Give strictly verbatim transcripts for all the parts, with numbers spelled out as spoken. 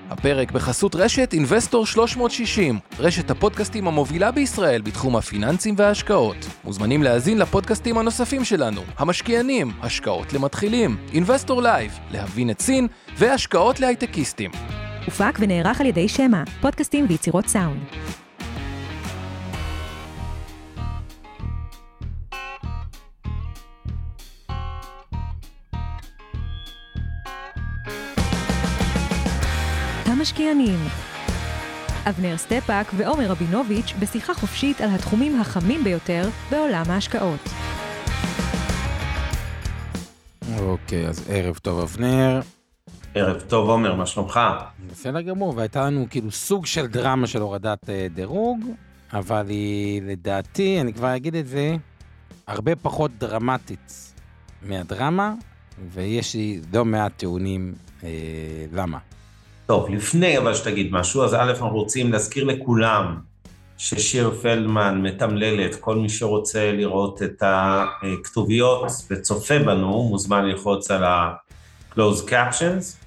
הפרק בחסות רשת אינבסטור שלוש מאות שישים, רשת הפודקאסטים המובילה בישראל בתחום הפיננסים וההשקעות. מוזמנים להאזין לפודקאסטים הנוספים שלנו, המשקיענים, השקעות למתחילים, אינבסטור לייב, להבין את סין והשקעות להייטקיסטים. הופק ונערך על ידי שמה, פודקאסטים ויצירות סאונד. המשקיענים. אבנר סטפאק ועומר רבינוביץ' בשיחה חופשית על התחומים החמים ביותר בעולם ההשקעות. אוקיי, אז ערב טוב אבנר. ערב טוב עומר, מה שלומך? בסדר גמור, והייתה לנו כאילו סוג של דרמה של הורדת דירוג, אבל היא לדעתי, אני כבר אגיד את זה, הרבה פחות דרמטית מהדרמה, ויש לי לא מעט טיעונים אה, למה. טוב, לפני אבל שתגיד משהו, אז א' אנחנו רוצים להזכיר לכולם ששיר פלדמן מתמללת, כל מי שרוצה לראות את הכתוביות וצופה בנו, מוזמן ללחוץ על ה-closed captions.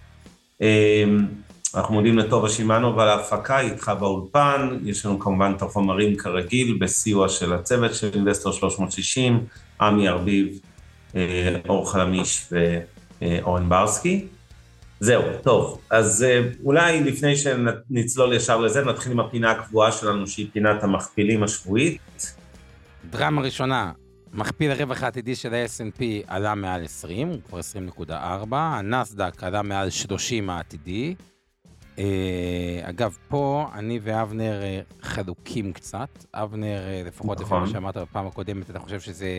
אנחנו מודים לטובה שימנו ועל ההפקה, איתך באולפן, יש לנו כמובן את החומרים כרגיל, בסיוע של הצוות של אינבסטור שלוש מאות שישים, עמי ארביב, אור חלמיש ואורן ברסקי. זהו, טוב, אז אולי לפני שנצלול ישר לזה, נתחיל עם הפינה הקבועה שלנו, שהיא פינת המכפילים השבועית. דרמה ראשונה, מכפיל הרווח העתידי של ה-אס אנד פי עלה מעל עשרים, הוא כבר עשרים נקודה ארבע, הנסדק עלה מעל שלושים העתידי. אגב, פה אני ואבנר חלוקים קצת, אבנר, לפחות לפי מה שאמרת בפעם הקודמת, אתה חושב שזה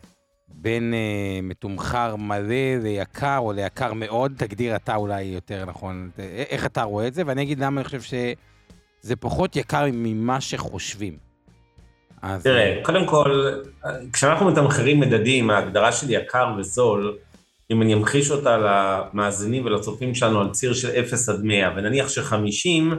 בין uh, מתומחר מלא ליקר או ליקר מאוד, תגדיר אתה אולי יותר נכון, איך אתה רואה את זה, ואני אגיד למה אני חושב שזה פחות יקר ממה שחושבים. אז... תראה, קודם כל, כשאנחנו מתמחרים מדדים, ההגדרה של יקר וזול, אם אני אמחיש אותה למאזינים ולצופים שלנו על ציר של אפס עד מאה, ונניח ש-חמישים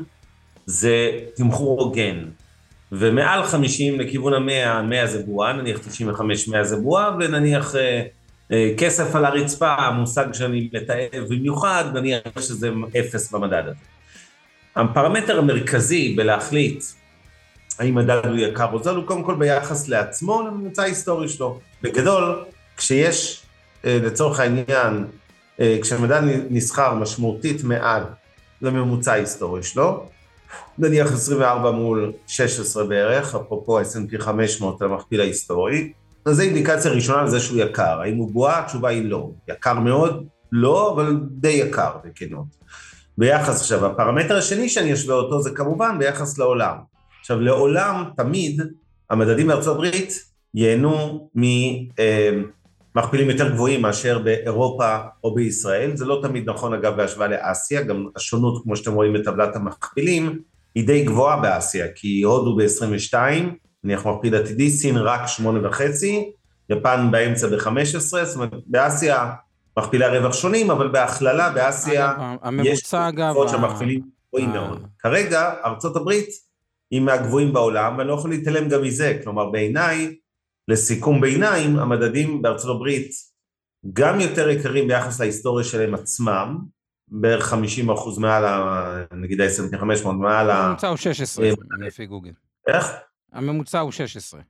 זה תמחור הוגן, ומעל חמישים לכיוון ה-מאה, מאה זה בועה, נניח תשעים וחמש מאה זה בועה, ונניח אה, אה, כסף על הרצפה, המושג שאני מתאהב במיוחד, נניח שזה אפס במדד הזה. הפרמטר המרכזי בלהחליט האם מדד הוא יקר או זול, הוא קודם כל ביחס לעצמו, לממוצע ההיסטורי שלו. בגדול, כשיש אה, לצורך העניין, אה, כשהמדד נסחר משמעותית מעל לממוצע ההיסטורי שלו, נניח עשרים וארבע מול שש עשרה בערך, אפרופו ה-אס אנד פי חמש מאות למכפיל ההיסטורי, אז זו אינדיקציה ראשונה לזה שהוא יקר. האם הוא בועה? התשובה היא לא. יקר מאוד? לא, אבל די יקר בכנות. ביחס עכשיו, הפרמטר השני שאני אשווה אותו זה כמובן ביחס לעולם. עכשיו, לעולם תמיד המדדים בארצות הברית ייהנו ממכפילים יותר גבוהים מאשר באירופה או בישראל. זה לא תמיד נכון אגב בהשוואה לאסיה, גם השונות כמו שאתם רואים בטבלת המכפילים, היא די גבוהה באסיה, כי הודו ב-עשרים ושתיים, נניח מכפיל עתידי, סין רק שמונה וחצי, יפן באמצע ב-חמש עשרה, זאת אומרת, באסיה מכפילי הרווח שונים, אבל בהכללה באסיה יש תקופות שהמכפילים גבוהים מאוד. כרגע, ארצות הברית היא מהגבוהים בעולם, ואני לא יכול להתעלם גם מזה, כלומר בעיניי, לסיכום ביניים, המדדים בארצות הברית גם יותר יקרים ביחס להיסטוריה שלהם עצמם, בערך חמישים אחוז מעל, נגיד ה-אס אנד פי חמש מאות, מעל ה... הממוצע הוא שש עשרה, לפי גוגל. איך? הממוצע הוא שש עשרה.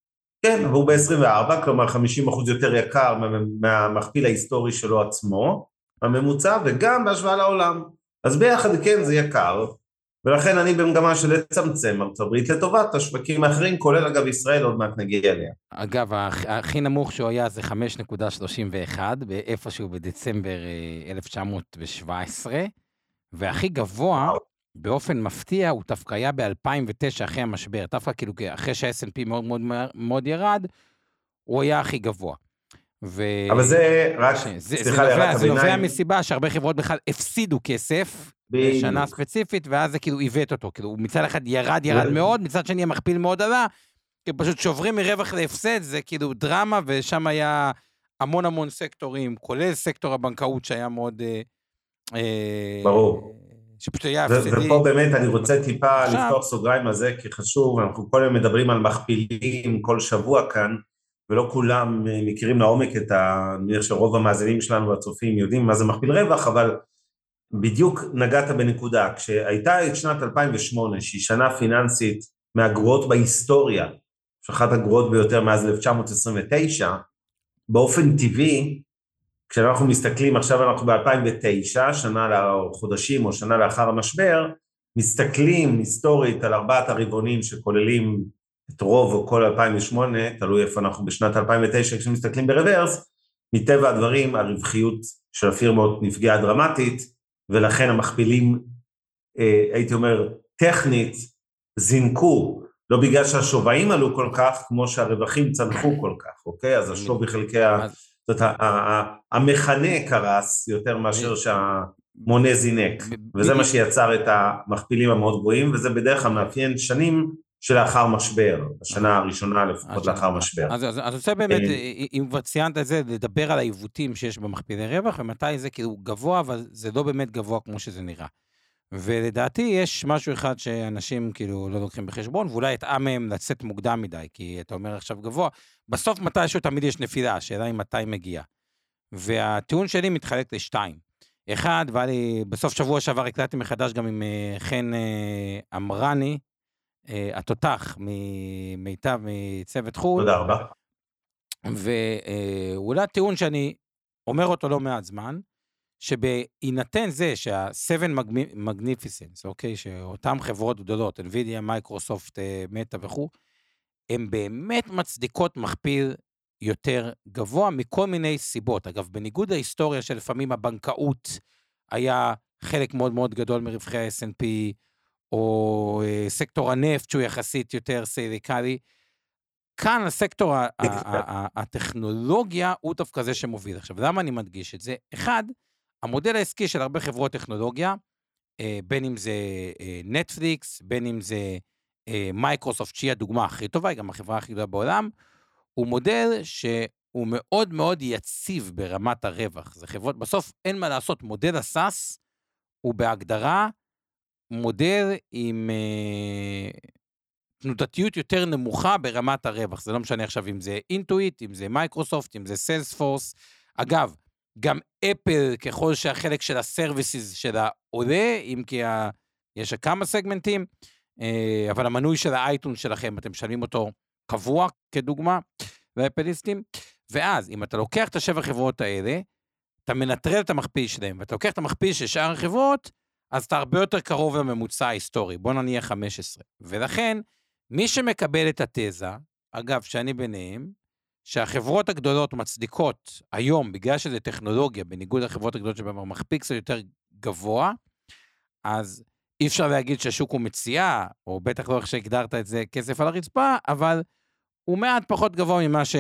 כן, והוא ב-עשרים וארבע, כלומר חמישים אחוז יותר יקר מהמכפיל ההיסטורי שלו עצמו, הממוצע, וגם בהשוואה לעולם. אז ביחד כן זה יקר, ולכן אני במגמה של לצמצם ארצות הברית לטובת השווקים האחרים, כולל אגב ישראל, עוד מעט נגיע אליה. אגב, הכי נמוך שהוא היה זה חמש נקודה שלושים ואחת, באיפשהו בדצמבר אלף תשע מאות שבע עשרה, והכי גבוה, באופן מפתיע, הוא דווקא היה ב-אלפיים ותשע אחרי המשבר, דווקא כאילו אחרי שה-אס אנד פי מאוד מאוד מאוד ירד, הוא היה הכי גבוה. ו... אבל זה רק, זה, סליחה, זה נובע, זה נובע מסיבה שהרבה חברות בכלל הפסידו כסף, בשנה ספציפית, ואז זה כאילו עיוות אותו, כאילו מצד אחד ירד ירד מאוד, מצד שני המכפיל מאוד עלה, כי פשוט שוברים מרווח להפסד, זה כאילו דרמה, ושם היה המון המון סקטורים, כולל סקטור הבנקאות שהיה מאוד... ברור. שפשוט היה הפסדי. ופה באמת אני רוצה טיפה לפתוח סוגריים על זה, כי חשוב, אנחנו כל היום מדברים על מכפילים כל שבוע כאן, ולא כולם מכירים לעומק את ה... נראה שרוב המאזינים שלנו והצופים יודעים מה זה מכפיל רווח, אבל בדיוק נגעת בנקודה, כשהייתה את שנת אלפיים ושמונה, שהיא שנה פיננסית מהגרועות בהיסטוריה, שאחת הגרועות ביותר מאז אלף תשע מאות עשרים ותשע, באופן טבעי, כשאנחנו מסתכלים, עכשיו אנחנו ב-אלפיים ותשע, שנה לחודשים או שנה לאחר המשבר, מסתכלים היסטורית על ארבעת הרבעונים שכוללים את רוב או כל אלפיים ושמונה, תלוי איפה אנחנו בשנת אלפיים ותשע, כשמסתכלים ברוורס, מטבע הדברים הרווחיות של הפירמות נפגעה דרמטית, ולכן המכפילים, הייתי אומר, טכנית, זינקו, לא בגלל שהשווים עלו כל כך, כמו שהרווחים צנחו כל כך, אוקיי? אז השווי חלקי, זאת המכנה קרס, יותר מאשר שהמונה זינק, וזה מה שיצר את המכפילים המאוד גבוהים, וזה בדרך כלל מאפיין שנים שלאחר משבר, השנה הראשונה לפחות לאחר משבר. אז אני רוצה באמת, אם כבר ציינת את זה, לדבר על העיוותים שיש במכפילי רווח, ומתי זה כאילו גבוה, אבל זה לא באמת גבוה כמו שזה נראה. ולדעתי יש משהו אחד שאנשים כאילו לא לוקחים בחשבון, ואולי יתאה מהם לצאת מוקדם מדי, כי אתה אומר עכשיו גבוה, בסוף מתישהו תמיד יש נפילה, השאלה היא מתי מגיע. והטיעון שלי מתחלק לשתיים. אחד, ואני בסוף שבוע שעבר הקלטתי מחדש גם עם חן אמרני, התותח ממיטב מצוות חול. תודה רבה. ואולי טיעון שאני אומר אותו לא מעט זמן, שבהינתן זה שה-Seven Magnificence, אוקיי, שאותן חברות גדולות, NVIDIA, מייקרוסופט, מטא וכו', הן באמת מצדיקות מכפיל יותר גבוה מכל מיני סיבות. אגב, בניגוד להיסטוריה שלפעמים הבנקאות היה חלק מאוד מאוד גדול מרווחי ה-אס אנד פי, או סקטור הנפט שהוא יחסית יותר סייליקלי, כאן הסקטור הטכנולוגיה הוא דווקא זה שמוביל. עכשיו, למה אני מדגיש את זה? אחד, המודל העסקי של הרבה חברות טכנולוגיה, בין אם זה נטפליקס, בין אם זה מייקרוסופט, שהיא הדוגמה הכי טובה, היא גם החברה הכי גדולה בעולם, הוא מודל שהוא מאוד מאוד יציב ברמת הרווח. זה חברות, בסוף אין מה לעשות, מודל הסאס הוא בהגדרה מודל עם תנודתיות יותר נמוכה ברמת הרווח. זה לא משנה עכשיו אם זה אינטואיט, אם זה מייקרוסופט, אם זה סיילספורס. אגב, גם אפל, ככל שהחלק של הסרוויסיז שלה עולה, אם כי ה... יש כמה סגמנטים, אבל המנוי של האייטון שלכם, אתם משלמים אותו קבוע, כדוגמה, לאפליסטים, ואז, אם אתה לוקח את השבע חברות האלה, אתה מנטרל את המכפיל שלהם, ואתה לוקח את המכפיל של שאר החברות, אז אתה הרבה יותר קרוב לממוצע ההיסטורי, בוא נניח חמש עשרה. ולכן, מי שמקבל את התזה, אגב, שאני ביניהם, שהחברות הגדולות מצדיקות היום, בגלל שזה טכנולוגיה, בניגוד לחברות הגדולות שבהם מכפיל קצת יותר גבוה, אז אי אפשר להגיד שהשוק הוא מציאה, או בטח לא איך שהגדרת את זה כסף על הרצפה, אבל הוא מעט פחות גבוה ממה ש...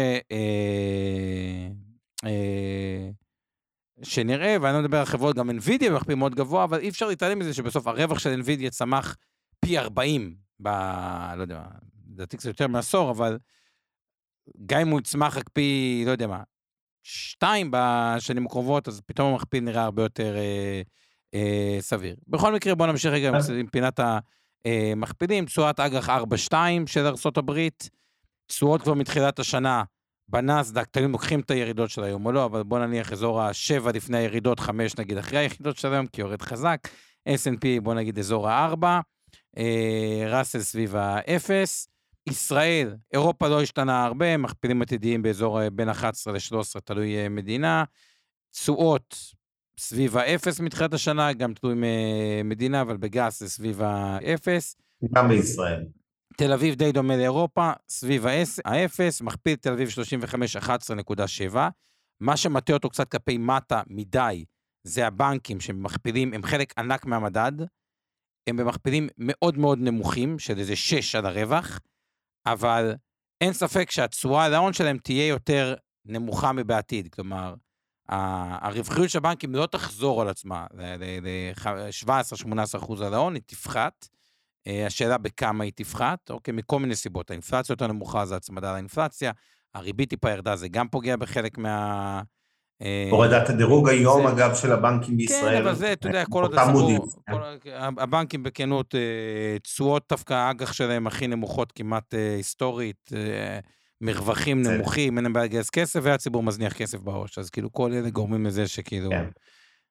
אה, אה, שנראה, ואני לא מדבר על חברות, גם NVIDIA מכפיל מאוד גבוה, אבל אי אפשר להתעלם מזה שבסוף הרווח של NVIDIA צמח פי ארבעים, ב... לא יודע, לדעתי קצת יותר מעשור, אבל גם אם הוא יצמח רק פי, לא יודע מה, שתיים בשנים הקרובות, אז פתאום המכפיל נראה הרבה יותר אה, אה, סביר. בכל מקרה, בוא נמשיך רגע עם פינת המכפילים, תשואת אג"ח ארבע שתיים של ארצות הברית, תשואות כבר מתחילת השנה, בנסדק, תמיד לוקחים את הירידות של היום או לא, אבל בוא נניח אזור השבע לפני הירידות, חמש נגיד אחרי הירידות של היום, כי יורד חזק, אס אנד פי בוא נגיד אזור הארבע, אה, ראסל סביב האפס, ישראל, אירופה לא השתנה הרבה, מכפילים עתידיים באזור בין אחת עשרה ל-שלוש עשרה, תלוי מדינה, תשואות סביב האפס מתחילת השנה, גם תלוי מדינה, אבל בגס זה סביב האפס. גם בישראל. תל אביב די דומה לאירופה, סביב האפס, מכפיל תל אביב שלושים וחמש, אחת עשרה נקודה שבע, מה שמטה אותו קצת כפי מטה מדי, זה הבנקים שמכפילים, הם חלק ענק מהמדד, הם במכפילים מאוד מאוד נמוכים, של איזה שש על הרווח, אבל אין ספק שהתשואה על ההון שלהם תהיה יותר נמוכה מבעתיד, כלומר, הרווחיות של הבנקים לא תחזור על עצמה, ל-שבע עשרה שמונה עשרה אחוז על ההון, היא תפחת, השאלה בכמה היא תפחת, אוקיי, מכל מיני סיבות, האינפלציה יותר נמוכה, זה הצמדה לאינפלציה, הריבית טיפה ירדה, זה גם פוגע בחלק מה... הורדת הדירוג היום, אגב, של הבנקים בישראל. כן, אבל זה, אתה יודע, כל עוד הציבור, הבנקים בכנות, תשואות דווקא האג"ח שלהם הכי נמוכות, כמעט היסטורית, מרווחים נמוכים, אין להם בעיה לגייס כסף, והציבור מזניח כסף בראש, אז כאילו כל אלה גורמים לזה שכאילו,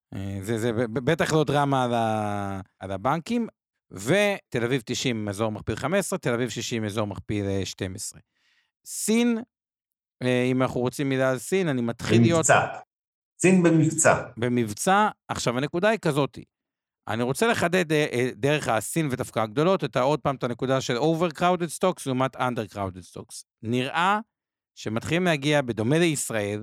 זה, זה בטח לא דרמה על, ה, על הבנקים, ותל אביב תשעים אזור מכפיל חמש עשרה, תל אביב שישים אזור מכפיל שתים עשרה. סין, אם אנחנו רוצים מילה על סין, אני מתחיל להיות... במבצע. סין במבצע. במבצע, עכשיו הנקודה היא כזאת, אני רוצה לחדד דרך הסין ודווקא הגדולות, את עוד פעם את הנקודה של overcrowded stocks לעומת undercrowded stocks. נראה שמתחילים להגיע בדומה לישראל,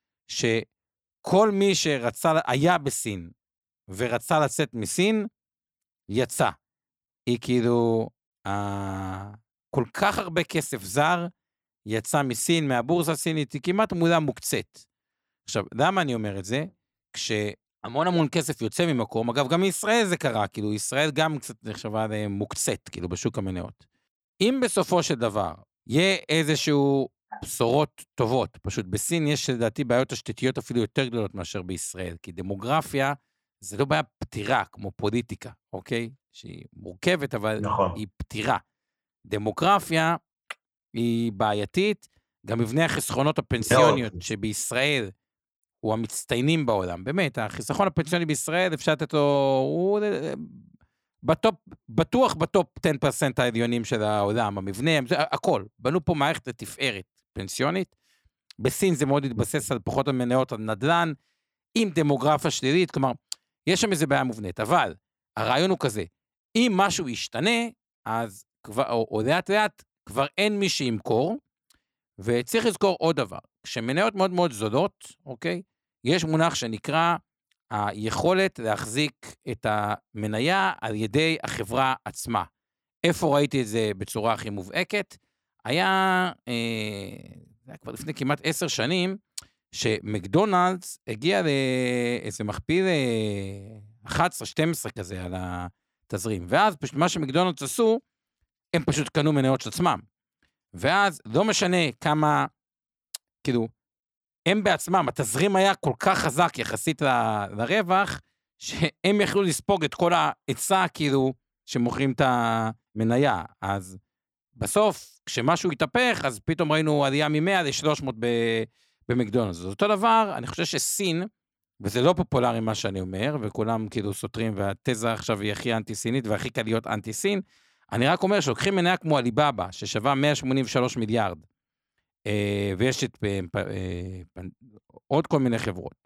שכל מי שרצה, היה בסין, ורצה לצאת מסין, יצא. היא כאילו, אה, כל כך הרבה כסף זר, יצא מסין, מהבורסה הסינית, היא כמעט מולה מוקצת. עכשיו, למה אני אומר את זה? כשהמון המון כסף יוצא ממקום, אגב, גם מישראל זה קרה, כאילו, ישראל גם קצת נחשבה מוקצת, כאילו, בשוק המניות. אם בסופו של דבר, יהיה איזשהו בשורות טובות, פשוט בסין יש לדעתי בעיות תשתיתיות אפילו יותר גדולות מאשר בישראל, כי דמוגרפיה זה לא בעיה פתירה, כמו פוליטיקה, אוקיי? שהיא מורכבת, אבל נכון. היא פתירה. דמוגרפיה היא בעייתית, גם מבנה החסכונות הפנסיוניות שבישראל הוא המצטיינים בעולם, באמת, החיסכון הפנסיוני בישראל אפשר לתת לו, הוא בטופ, בטוח בטופ עשר פרסנט העליונים של העולם, המבנה, הכל, בנו פה מערכת לתפארת פנסיונית, בסין זה מאוד התבסס על פחות המניות על נדל"ן, עם דמוגרפיה שלילית, כלומר, יש שם איזה בעיה מובנית, אבל הרעיון הוא כזה, אם משהו ישתנה, אז כבר, או, או לאט לאט, כבר אין מי שימכור, וצריך לזכור עוד דבר, כשמניות מאוד מאוד זולות, אוקיי, יש מונח שנקרא, היכולת להחזיק את המניה על ידי החברה עצמה. איפה ראיתי את זה בצורה הכי מובהקת? היה, אה, זה היה כבר לפני כמעט עשר שנים, שמקדונלדס הגיע לאיזה מכפיל אחת עשרה שתים עשרה כזה על התזרים, ואז פשוט מה שמקדונלדס עשו, הם פשוט קנו מניות של עצמם. ואז לא משנה כמה, כאילו, הם בעצמם, התזרים היה כל כך חזק יחסית ל, לרווח, שהם יכלו לספוג את כל ההיצע, כאילו, שמוכרים את המניה. אז בסוף, כשמשהו יתהפך, אז פתאום ראינו עלייה מ-מאה ל-שלוש מאות במקדונלדס. זה אותו דבר, אני חושב שסין, וזה לא פופולרי מה שאני אומר, וכולם כאילו סותרים, והתזה עכשיו היא הכי אנטי-סינית, והכי קל להיות אנטי-סין, אני רק אומר שלוקחים מניה כמו אליבאבא, ששווה מאה שמונים ושלושה מיליארד, ויש את עוד כל מיני חברות,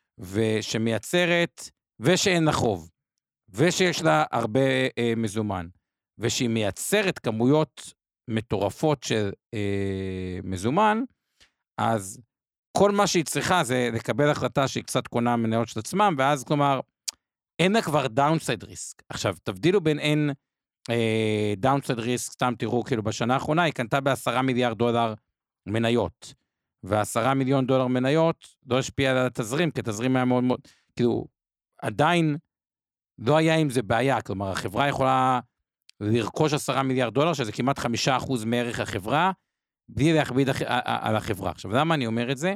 ושמייצרת, ושאין לה חוב, ושיש לה הרבה מזומן, ושהיא מייצרת כמויות מטורפות של מזומן, אז כל מה שהיא צריכה זה לקבל החלטה שהיא קצת קונה מניות של עצמם, ואז כלומר, אין לה כבר downside risk. עכשיו, תבדילו בין אין downside risk, סתם תראו, כאילו בשנה האחרונה, היא קנתה בעשרה מיליארד דולר מניות, ועשרה מיליון דולר מניות, לא השפיע על התזרים, כי התזרים היה מאוד מאוד, כאילו, עדיין לא היה עם זה בעיה, כלומר, החברה יכולה לרכוש עשרה מיליארד דולר, שזה כמעט חמישה אחוז מערך החברה, בלי להכביד על החברה. עכשיו, למה אני אומר את זה?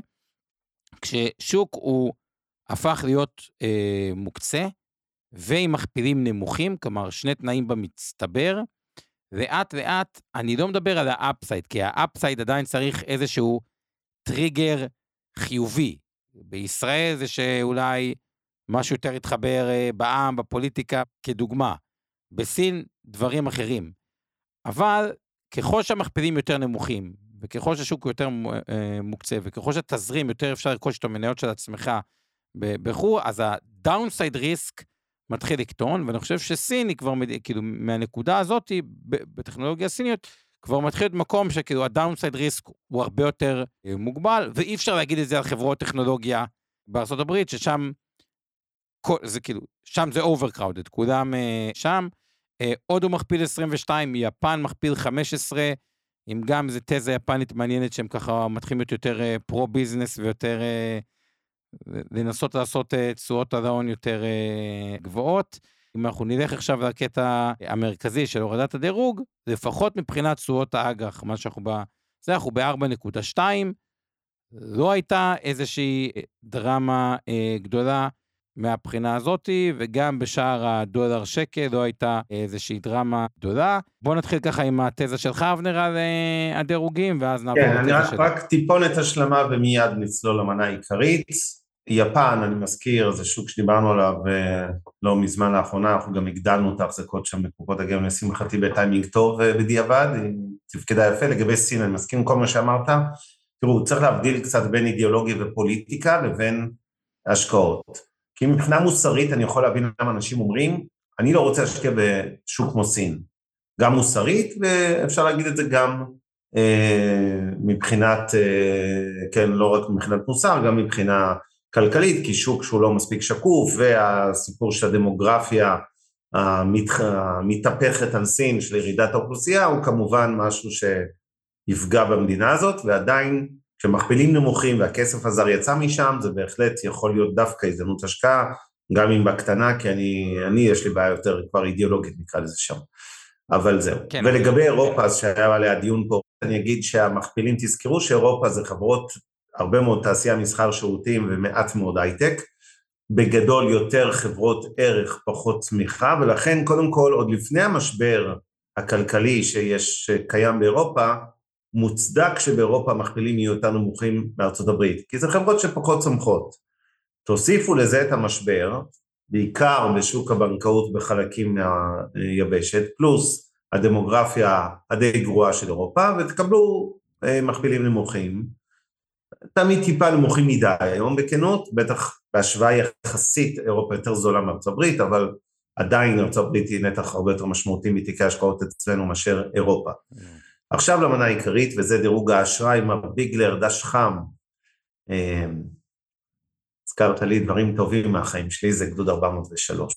כששוק הוא הפך להיות אה, מוקצה, ועם מכפילים נמוכים, כלומר, שני תנאים במצטבר, לאט לאט, אני לא מדבר על האפסייד, כי האפסייד עדיין צריך איזשהו טריגר חיובי. בישראל זה שאולי משהו יותר יתחבר בעם, בפוליטיקה, כדוגמה. בסין, דברים אחרים. אבל ככל שהמכפילים יותר נמוכים, וככל שהשוק הוא יותר מוקצה, וככל שהתזרים יותר אפשר לרכוש את המניות של עצמך בחו"ל, אז ה-downside risk מתחיל לקטון, ואני חושב שסין היא כבר, כאילו, מהנקודה הזאת, בטכנולוגיה הסיניות, כבר מתחיל להיות מקום שכאילו ה-downside risk הוא הרבה יותר מוגבל, ואי אפשר להגיד את זה על חברות טכנולוגיה בארצות הברית, ששם, זה כאילו, שם זה overcrowded, כולם שם, הודו מכפיל עשרים ושתיים, יפן מכפיל חמש עשרה, עם גם זה תזה יפנית מעניינת, שהם ככה מתחילים להיות יותר פרו-ביזנס, ויותר לנסות לעשות תשואות על ההון יותר גבוהות. אם אנחנו נלך עכשיו לקטע המרכזי של הורדת הדירוג, לפחות מבחינת תשואות האג"ח, מה שאנחנו ב... זה אנחנו ב-ארבע נקודה שתיים, לא הייתה איזושהי דרמה גדולה מהבחינה הזאת, וגם בשער הדולר שקל לא הייתה איזושהי דרמה גדולה. בואו נתחיל ככה עם התזה שלך, אבנר, על הדירוגים, ואז נעבור... כן, אני רק, רק טיפונת השלמה ומיד נצלול למנה העיקרית. יפן, אני מזכיר, זה שוק שדיברנו עליו לא מזמן לאחרונה, אנחנו גם הגדלנו את ההחזקות שם בקופות הגמל, לשמחתי בטיימינג טוב בדיעבד, תפקדה יפה. לגבי סין, אני מסכים עם כל מה שאמרת, תראו, צריך להבדיל קצת בין אידיאולוגיה ופוליטיקה לבין השקעות, כי מבחינה מוסרית אני יכול להבין למה אנשים אומרים, אני לא רוצה להשקיע בשוק כמו סין, גם מוסרית, ואפשר להגיד את זה גם מבחינת, כן, לא רק מבחינת מוסר, גם מבחינה כלכלית, כי שוק שהוא לא מספיק שקוף, והסיפור של הדמוגרפיה המתהפכת על סין, של ירידת האוכלוסייה, הוא כמובן משהו שיפגע במדינה הזאת, ועדיין כשמכפילים נמוכים והכסף הזר יצא משם, זה בהחלט יכול להיות דווקא הזדמנות השקעה, גם אם בקטנה, כי אני, אני יש לי בעיה יותר כבר אידיאולוגית נקרא לזה שם. אבל זהו. כן, ולגבי כן. אירופה, אז שהיה עליה דיון פה, אני אגיד שהמכפילים תזכרו שאירופה זה חברות, הרבה מאוד תעשייה, מסחר, שירותים ומעט מאוד הייטק, בגדול יותר חברות ערך, פחות צמיחה, ולכן קודם כל עוד לפני המשבר הכלכלי שיש, שקיים באירופה, מוצדק שבאירופה המכפילים יהיו יותר נמוכים בארצות הברית, כי זה חברות שפחות צומחות. תוסיפו לזה את המשבר, בעיקר בשוק הבנקאות בחלקים מהיבשת, פלוס הדמוגרפיה הדי גרועה של אירופה, ותקבלו מכפילים נמוכים, תמיד טיפה נמוכים מדי היום בכנות, בטח בהשוואה יחסית אירופה יותר זולה מארצות הברית, אבל עדיין ארצות הברית היא נתח הרבה יותר משמעותי מתיקי השקעות אצלנו מאשר אירופה. עכשיו למנה העיקרית, וזה דירוג האשראי, מר ביגלר, דש חם, הזכרת לי דברים טובים מהחיים שלי, זה גדוד ארבע מאות ושלוש.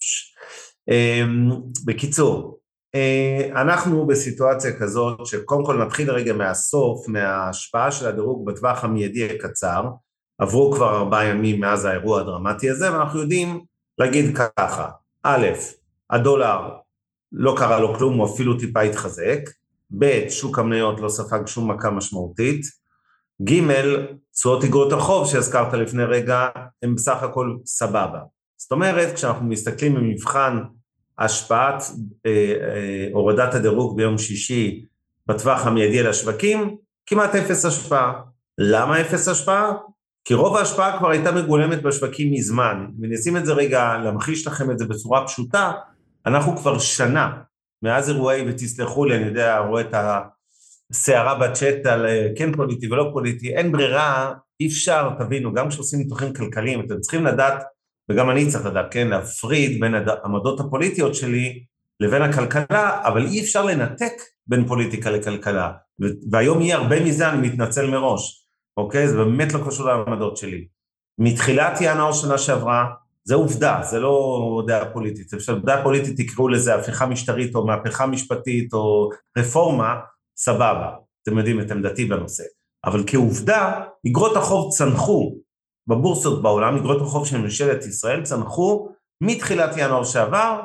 בקיצור, אנחנו בסיטואציה כזאת, שקודם כל נתחיל רגע מהסוף, מההשפעה של הדירוג בטווח המיידי הקצר, עברו כבר ארבעה ימים מאז האירוע הדרמטי הזה, ואנחנו יודעים להגיד ככה, א', הדולר לא קרה לו כלום, הוא אפילו טיפה התחזק, ב', שוק המניות לא ספג שום מכה משמעותית, ג', תשואות אגרות החוב שהזכרת לפני רגע, הם בסך הכל סבבה. זאת אומרת, כשאנחנו מסתכלים במבחן השפעת אה, אה, הורדת הדירוג ביום שישי בטווח המיידי לשווקים, כמעט אפס השפעה. למה אפס השפעה? כי רוב ההשפעה כבר הייתה מגולמת בשווקים מזמן. מנסים את זה רגע, להמחיש לכם את זה בצורה פשוטה, אנחנו כבר שנה, מאז אירועי, ותסלחו לי, אני יודע, רואה את השערה בצ'אט על כן פוליטי ולא פוליטי, אין ברירה, אי אפשר, תבינו, גם כשעושים ניתוחים כלכליים, אתם צריכים לדעת, וגם אני צריך לדעת, כן, להפריד בין העמדות הפוליטיות שלי לבין הכלכלה, אבל אי אפשר לנתק בין פוליטיקה לכלכלה, והיום יהיה הרבה מזה, אני מתנצל מראש, אוקיי? זה באמת לא קשור לעמדות שלי. מתחילת ינואר שנה שעברה, זה עובדה, זה לא דעה פוליטית, אפשר דעה פוליטית תקראו לזה הפיכה משטרית או מהפכה משפטית או רפורמה, סבבה, אתם יודעים את עמדתי בנושא, אבל כעובדה, אגרות החוב צנחו בבורסות בעולם, אגרות החוב של ממשלת ישראל צנחו מתחילת ינואר שעבר,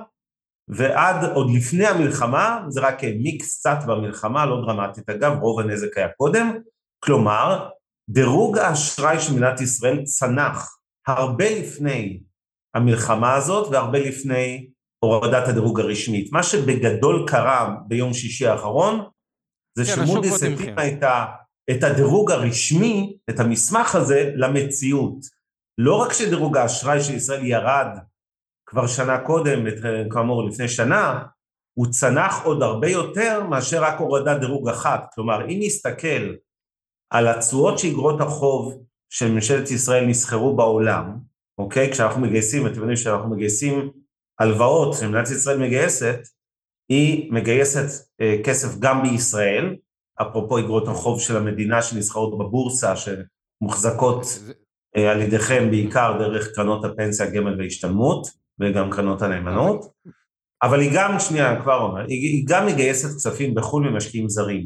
ועד עוד לפני המלחמה, זה רק מיקס קצת במלחמה, לא דרמטית, אגב, רוב הנזק היה קודם, כלומר, דירוג האשראי של מדינת ישראל צנח הרבה לפני המלחמה הזאת, והרבה לפני הורדת הדירוג הרשמית. מה שבגדול קרה ביום שישי האחרון, זה שמודי'ס התאימה את, את הדירוג הרשמי, את המסמך הזה, למציאות. לא רק שדירוג האשראי של ישראל ירד כבר שנה קודם, כאמור לפני שנה, הוא צנח עוד הרבה יותר מאשר רק הורדת דירוג אחת. כלומר, אם נסתכל על התשואות שאגרות החוב של ממשלת ישראל נסחרו בעולם, אוקיי? כשאנחנו מגייסים, אתם יודעים שאנחנו מגייסים הלוואות, שמדינת ישראל מגייסת, היא מגייסת אה, כסף גם בישראל, אפרופו אגרות החוב של המדינה שנסחרות בבורסה, שמוחזקות אה, על ידיכם בעיקר דרך קרנות הפנסיה, גמל והשתלמות, וגם קרנות הנאמנות, אבל היא גם, שנייה, כבר אומר, היא, היא גם מגייסת כספים בחו"ל ממשקיעים זרים,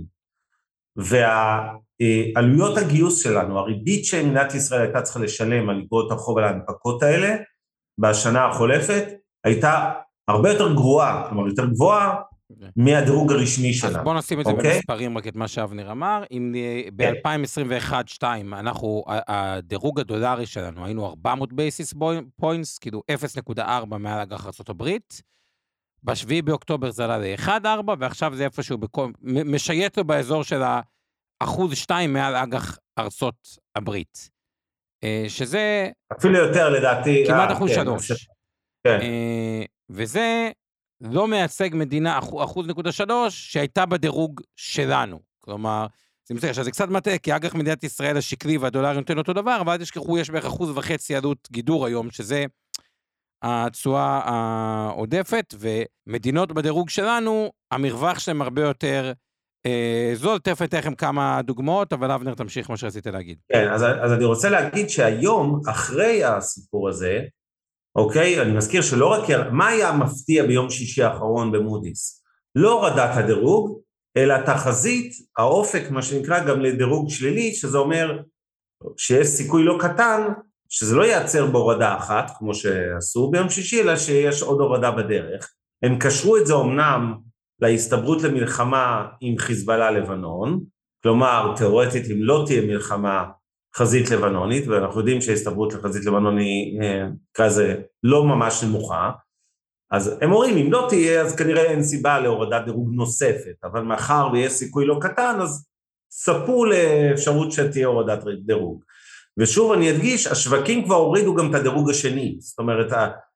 והעלויות הגיוס שלנו, הריבית שמדינת ישראל הייתה צריכה לשלם על אגרות החוב על ההנפקות האלה, בשנה החולפת, הייתה הרבה יותר גרועה, כלומר יותר גבוהה, מהדירוג הרשמי שלה. אז בוא נשים את זה במספרים, רק את מה שאבנר אמר, אם ב-אלפיים עשרים ואחת שתיים, אנחנו, הדירוג הדולרי שלנו, היינו ארבע מאות בייסיס פוינטס, כאילו אפס נקודה ארבע מעל אג"ח ארצות הברית, בשביעי באוקטובר זה עלה ל-אחד נקודה ארבע, ועכשיו זה איפשהו, משייט לו באזור של האחוז שתיים מעל אג"ח ארצות הברית. שזה... אפילו יותר לדעתי. כמעט אה, אחוז כן, שלוש. כן. וזה לא מייצג מדינה אחוז נקודה שלוש שהייתה בדירוג שלנו. כלומר, זה מצטער, שזה קצת מטעה, כי אג"ח מדינת ישראל השקלי והדולר נותן אותו דבר, אבל תשכחו, יש בערך אחוז וחצי עלות גידור היום, שזה התשואה העודפת, ומדינות בדירוג שלנו, המרווח שלהם הרבה יותר אה, זול. תכף אתן לכם כמה דוגמאות, אבל אבנר תמשיך מה שרצית להגיד. כן, אז, אז אני רוצה להגיד שהיום, אחרי הסיפור הזה, אוקיי, אני מזכיר שלא רק, מה היה מפתיע ביום שישי האחרון במודי'ס? לא הורדת הדירוג, אלא תחזית, האופק, מה שנקרא גם לדירוג שלילי, שזה אומר שיש סיכוי לא קטן, שזה לא ייעצר בהורדה אחת, כמו שעשו ביום שישי, אלא שיש עוד הורדה בדרך. הם קשרו את זה אומנם להסתברות למלחמה עם חיזבאללה לבנון, כלומר, תיאורטית, אם לא תהיה מלחמה חזית לבנונית, ואנחנו יודעים שההסתברות לחזית לבנון היא כזה לא ממש נמוכה, אז הם אומרים, אם לא תהיה, אז כנראה אין סיבה להורדת דירוג נוספת, אבל מאחר ויש סיכוי לא קטן, אז ספו לאפשרות שתהיה הורדת דירוג. ושוב אני אדגיש, השווקים כבר הורידו גם את הדירוג השני, זאת אומרת,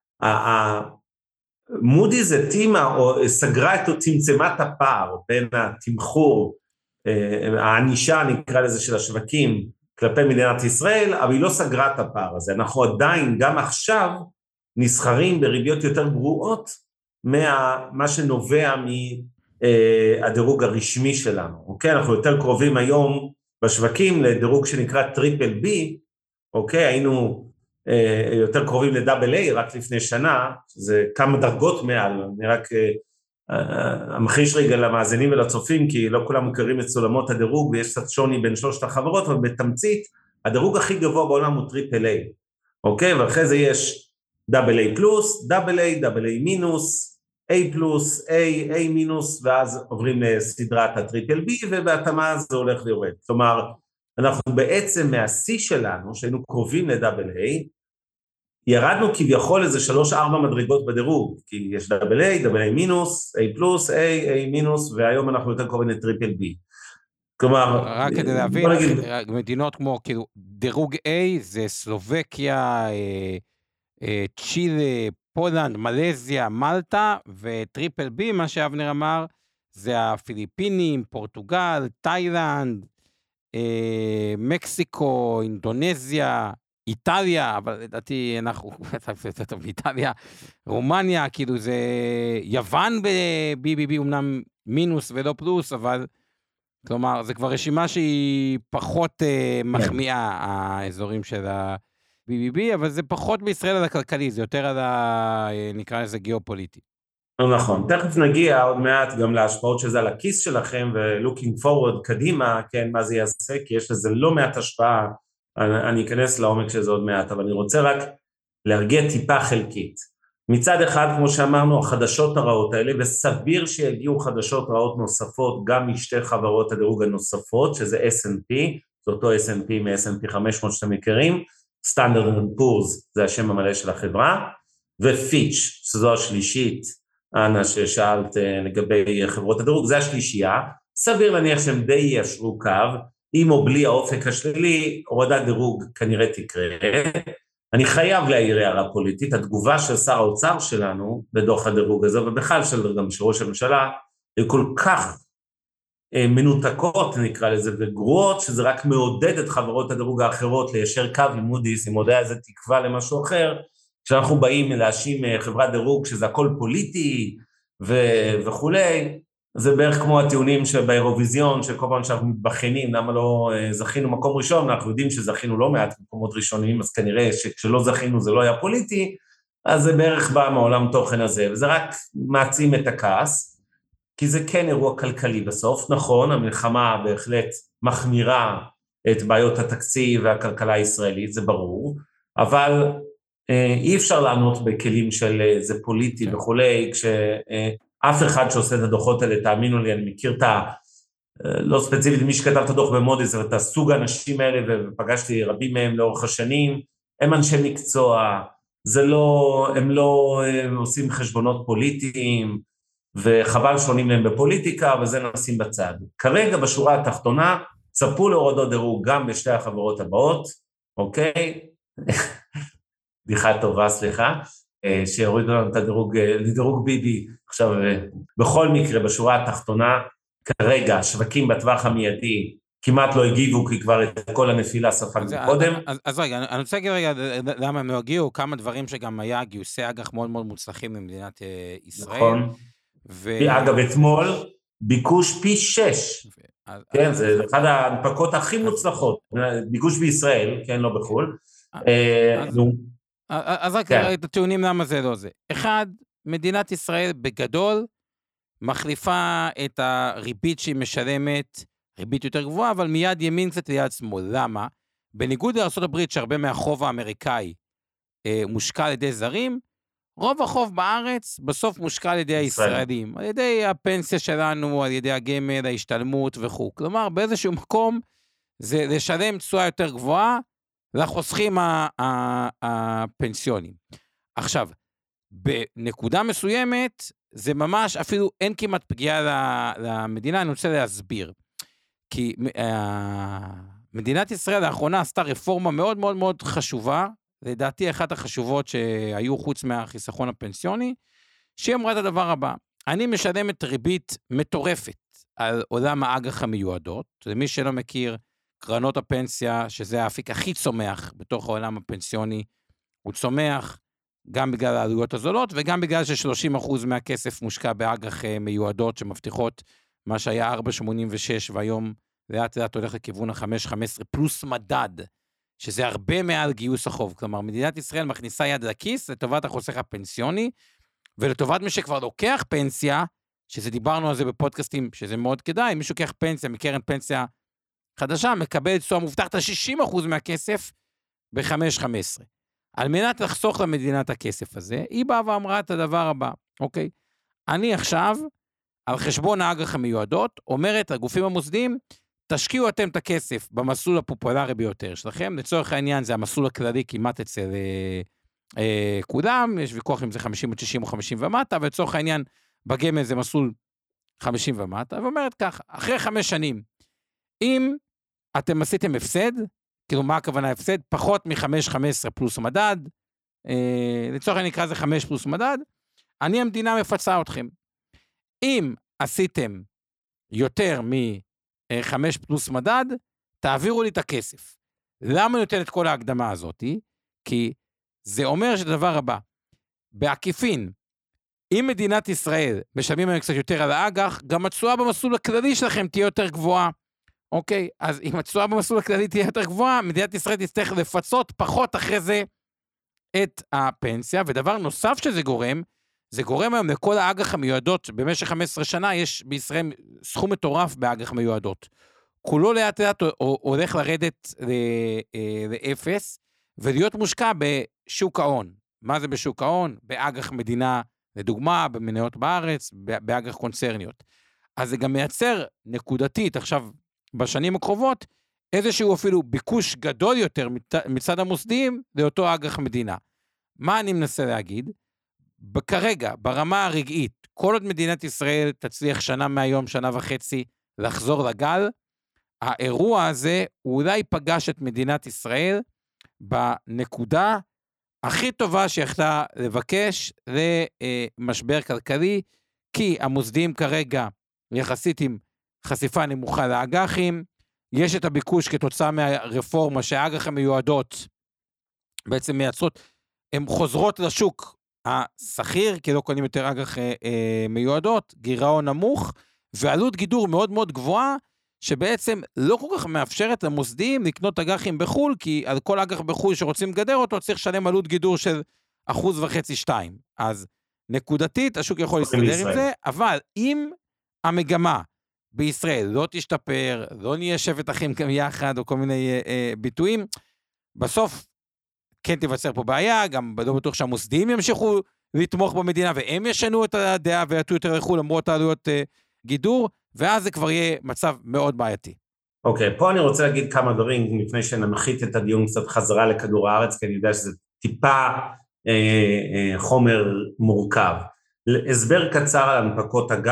מודי'ס התאימה, או סגרה את, צמצמה את הפער בין התמחור, הענישה נקרא לזה של השווקים, כלפי מדינת ישראל, אבל היא לא סגרה את הפער הזה, אנחנו עדיין, גם עכשיו, נסחרים בריביות יותר גרועות, מה שנובע מהדירוג הרשמי שלנו, אוקיי? אנחנו יותר קרובים היום בשווקים לדירוג שנקרא טריפל בי, אוקיי? היינו יותר קרובים לדאבל איי רק לפני שנה, זה כמה דרגות מעל, אני רק המחיש רגע למאזינים ולצופים, כי לא כולם מוכרים את סולמות הדירוג, ויש קצת שוני בין שלושת החברות, אבל בתמצית, הדירוג הכי גבוה בעולם הוא טריפל איי, אוקיי? ואחרי זה יש דאבל איי פלוס, דאבל איי, דאבל איי מינוס, A פלוס, A, A מינוס, ואז עוברים לסדרת הטריפל בי, ובהתאמה זה הולך ויורד. כלומר, אנחנו בעצם מהשיא שלנו, שהיינו קרובים לדאבל איי, ירדנו כביכול איזה שלוש ארבע מדרגות בדירוג, כי יש דאבל איי, דאבל איי מינוס, A פלוס, A, A מינוס, והיום אנחנו יותר קרובים לטריפל בי. כלומר, רק כדי להבין, מדינות כמו, כאילו, דירוג A זה סלובקיה, צ'ילה, פולנד, מלזיה, מלטה, וטריפל בי, מה שאבנר אמר, זה הפיליפינים, פורטוגל, תאילנד, אה, מקסיקו, אינדונזיה, איטליה, אבל לדעתי אנחנו, איטליה, רומניה, כאילו זה יוון ב-בי בי בי, אמנם מינוס ולא פלוס, אבל כלומר, זה כבר רשימה שהיא פחות אה, מחמיאה, האזורים של ה-בי בי בי, אבל זה פחות בישראל על הכלכלי, זה יותר על ה... נקרא לזה גיאופוליטי. נכון, תכף נגיע עוד מעט גם להשפעות שזה על הכיס שלכם, ו-looking forward קדימה, כן, מה זה יעשה, כי יש לזה לא מעט השפעה, אני, אני אכנס לעומק שזה עוד מעט, אבל אני רוצה רק להרגיע טיפה חלקית. מצד אחד, כמו שאמרנו, החדשות הרעות האלה, וסביר שיגיעו חדשות רעות נוספות, גם משתי חברות הדירוג הנוספות, שזה אס אנד פי, זה אותו אס אנד פי מ-אס אנד פי חמש מאות שאתם מכירים, Standard and Poor's, זה השם המלא של החברה, ופיץ', שזו השלישית, אנה ששאלת לגבי חברות הדירוג, זה השלישייה, סביר להניח שהם די ישרו קו, עם או בלי האופק השלילי, הורדת דירוג כנראה תקרה, אני חייב להעיר הערה פוליטית, התגובה של שר האוצר שלנו, בדוח הדירוג הזה, ובכלל של גם של ראש הממשלה, היא כל כך מנותקות נקרא לזה, וגרועות, שזה רק מעודד את חברות הדירוג האחרות, ליישר קו עם מודי'ס, עם עוד איזה תקווה למשהו אחר, כשאנחנו באים להאשים חברת דירוג, שזה הכל פוליטי ו- וכולי, זה בערך כמו הטיעונים שבאירוויזיון, שכל פעם שאנחנו מתבחנים, למה לא זכינו מקום ראשון, אנחנו יודעים שזכינו לא מעט מקומות ראשונים, אז כנראה שכשלא זכינו זה לא היה פוליטי, אז זה בערך בא מעולם תוכן הזה, וזה רק מעצים את הכעס, כי זה כן אירוע כלכלי בסוף, נכון, המלחמה בהחלט מחמירה את בעיות התקציב והכלכלה הישראלית, זה ברור, אבל אי אפשר לענות בכלים של זה פוליטי כן. וכולי, כשאף אחד שעושה את הדוחות האלה, תאמינו לי, אני מכיר את ה... לא ספציפית מי שכתב את הדוח במודי'ס, אבל את הסוג האנשים האלה, ופגשתי רבים מהם לאורך השנים, הם אנשי מקצוע, זה לא, הם לא הם עושים חשבונות פוליטיים, וחבל שונים להם בפוליטיקה, וזה נשים בצד. כרגע בשורה התחתונה, צפו להורדות דירוג גם בשתי החברות הבאות, אוקיי? בדיחה טובה, סליחה, שיורידו לנו את הדירוג, לדירוג ביבי. עכשיו, בכל מקרה, בשורה התחתונה, כרגע, השווקים בטווח המיידי, כמעט לא הגיבו, כי כבר את כל הנפילה ספגנו קודם. אז, אז רגע, אני רוצה להגיד רגע, למה הם לא הגיעו, כמה דברים שגם היה גיוסי אג"ח מאוד מאוד מוצלחים במדינת ישראל. נכון. ו... אגב, אתמול, ביקוש פי שש. ו... כן, אז... זה אחד ההנפקות הכי אז... מוצלחות. ביקוש בישראל, כן, לא בחול. אז, אז... אז רק כן. את הטיעונים למה זה לא זה. אחד, מדינת ישראל בגדול, מחליפה את הריבית שהיא משלמת, ריבית יותר גבוהה, אבל מיד ימין קצת ליד שמאל. למה? בניגוד לארצות הברית, שהרבה מהחוב האמריקאי אה, מושקע על ידי זרים, רוב החוב בארץ בסוף מושקע על ידי הישראלים, על ידי הפנסיה שלנו, על ידי הגמל, ההשתלמות וכו'. כלומר, באיזשהו מקום, זה לשלם תשואה יותר גבוהה, לחוסכים הפנסיונים. עכשיו, בנקודה מסוימת, זה ממש, אפילו אין כמעט פגיעה למדינה, אני רוצה להסביר. כי מדינת ישראל האחרונה עשתה רפורמה מאוד מאוד מאוד חשובה, לדעתי אחת החשובות שהיו חוץ מהחיסכון הפנסיוני, שהיא אמרה את הדבר הבא, אני משלמת ריבית מטורפת על עולם האג"ח המיועדות, למי שלא מכיר, קרנות הפנסיה, שזה האפיק הכי צומח בתוך העולם הפנסיוני, הוא צומח גם בגלל העלויות הזולות, וגם בגלל ש-שלושים אחוז מהכסף מושקע באג"ח מיועדות, שמבטיחות מה שהיה ארבע שמונים ושש, והיום לאט לאט הולך לכיוון ה-חמש חמש עשרה פלוס מדד, שזה הרבה מעל גיוס החוב. כלומר, מדינת ישראל מכניסה יד לכיס לטובת החוסך הפנסיוני, ולטובת מי שכבר לוקח פנסיה, שזה דיברנו על זה בפודקאסטים, שזה מאוד כדאי, מי שלוקח פנסיה מקרן פנסיה חדשה, מקבל תשואה מובטחת ה-שישים אחוז מהכסף ב-חמש חמש עשרה. על מנת לחסוך למדינת הכסף הזה, היא באה ואמרה את הדבר הבא, אוקיי? אני עכשיו, על חשבון האג"ח המיועדות, אומרת לגופים המוסדיים, תשקיעו אתם את הכסף במסלול הפופולרי ביותר שלכם, לצורך העניין זה המסלול הכללי כמעט אצל אה, אה, כולם, יש ויכוח אם זה חמישים או תשעים או חמישים ומטה, ולצורך העניין בגמל זה מסלול חמישים ומטה, ואומרת כך, אחרי חמש שנים, אם אתם עשיתם הפסד, כאילו מה הכוונה הפסד? פחות מ-חמש חמש עשרה פלוס מדד, אה, לצורך העניין נקרא זה חמש פלוס מדד, אני המדינה מפצה אתכם. אם עשיתם יותר מ-חמש פלוס מדד, תעבירו לי את הכסף. למה נותן את כל ההקדמה הזאת? כי זה אומר שדבר הבא, בעקיפין, אם מדינת ישראל משלמים היום קצת יותר על האג"ח, גם התשואה במסלול הכללי שלכם תהיה יותר גבוהה. אוקיי, אז אם התשואה במסלול הכללי תהיה יותר גבוהה, מדינת ישראל תצטרך לפצות פחות אחרי זה את הפנסיה, ודבר נוסף שזה גורם, זה גורם היום לכל האג"ח המיועדות, במשך חמש עשרה שנה יש בישראל סכום מטורף באג"ח מיועדות. כולו לאט לאט הולך לרדת לאפס, ולהיות מושקע בשוק ההון. מה זה בשוק ההון? באג"ח מדינה, לדוגמה, במניות בארץ, באג"ח קונצרניות. אז זה גם מייצר נקודתית, עכשיו, בשנים הקרובות, איזשהו אפילו ביקוש גדול יותר מצד המוסדיים, לאותו אג"ח מדינה. מה אני מנסה להגיד? כרגע, ברמה הרגעית, כל עוד מדינת ישראל תצליח שנה מהיום, שנה וחצי, לחזור לגל, האירוע הזה הוא אולי פגש את מדינת ישראל בנקודה הכי טובה שיכולה לבקש למשבר כלכלי, כי המוסדיים כרגע יחסית עם חשיפה נמוכה לאג"חים, יש את הביקוש כתוצאה מהרפורמה שהאג"ח המיועדות בעצם מייצרות, הן חוזרות לשוק הסחיר, כי לא קונים יותר אג"ח אה, אה, מיועדות, גירעון נמוך, ועלות גידור מאוד מאוד גבוהה, שבעצם לא כל כך מאפשרת למוסדיים לקנות אג"חים בחול, כי על כל אג"ח בחול שרוצים לגדר אותו, צריך לשלם עלות גידור של אחוז וחצי שתיים. אז נקודתית, השוק יכול להסתדר עם זה, אבל אם המגמה בישראל לא תשתפר, לא נהיה שבט אחים גם יחד, או כל מיני אה, אה, ביטויים, בסוף כן תיווצר פה בעיה, גם לא בטוח שהמוסדיים ימשיכו לתמוך במדינה, והם ישנו את הדעה ויתו יותר לחול, למרות העלויות אה, גידור, ואז זה כבר יהיה מצב מאוד בעייתי. אוקיי, okay, פה אני רוצה להגיד כמה דברים, לפני שנמחית את הדיון קצת חזרה לכדור הארץ, כי אני יודע שזה טיפה אה, אה, חומר מורכב. הסבר קצר על הנפקות אג"ח,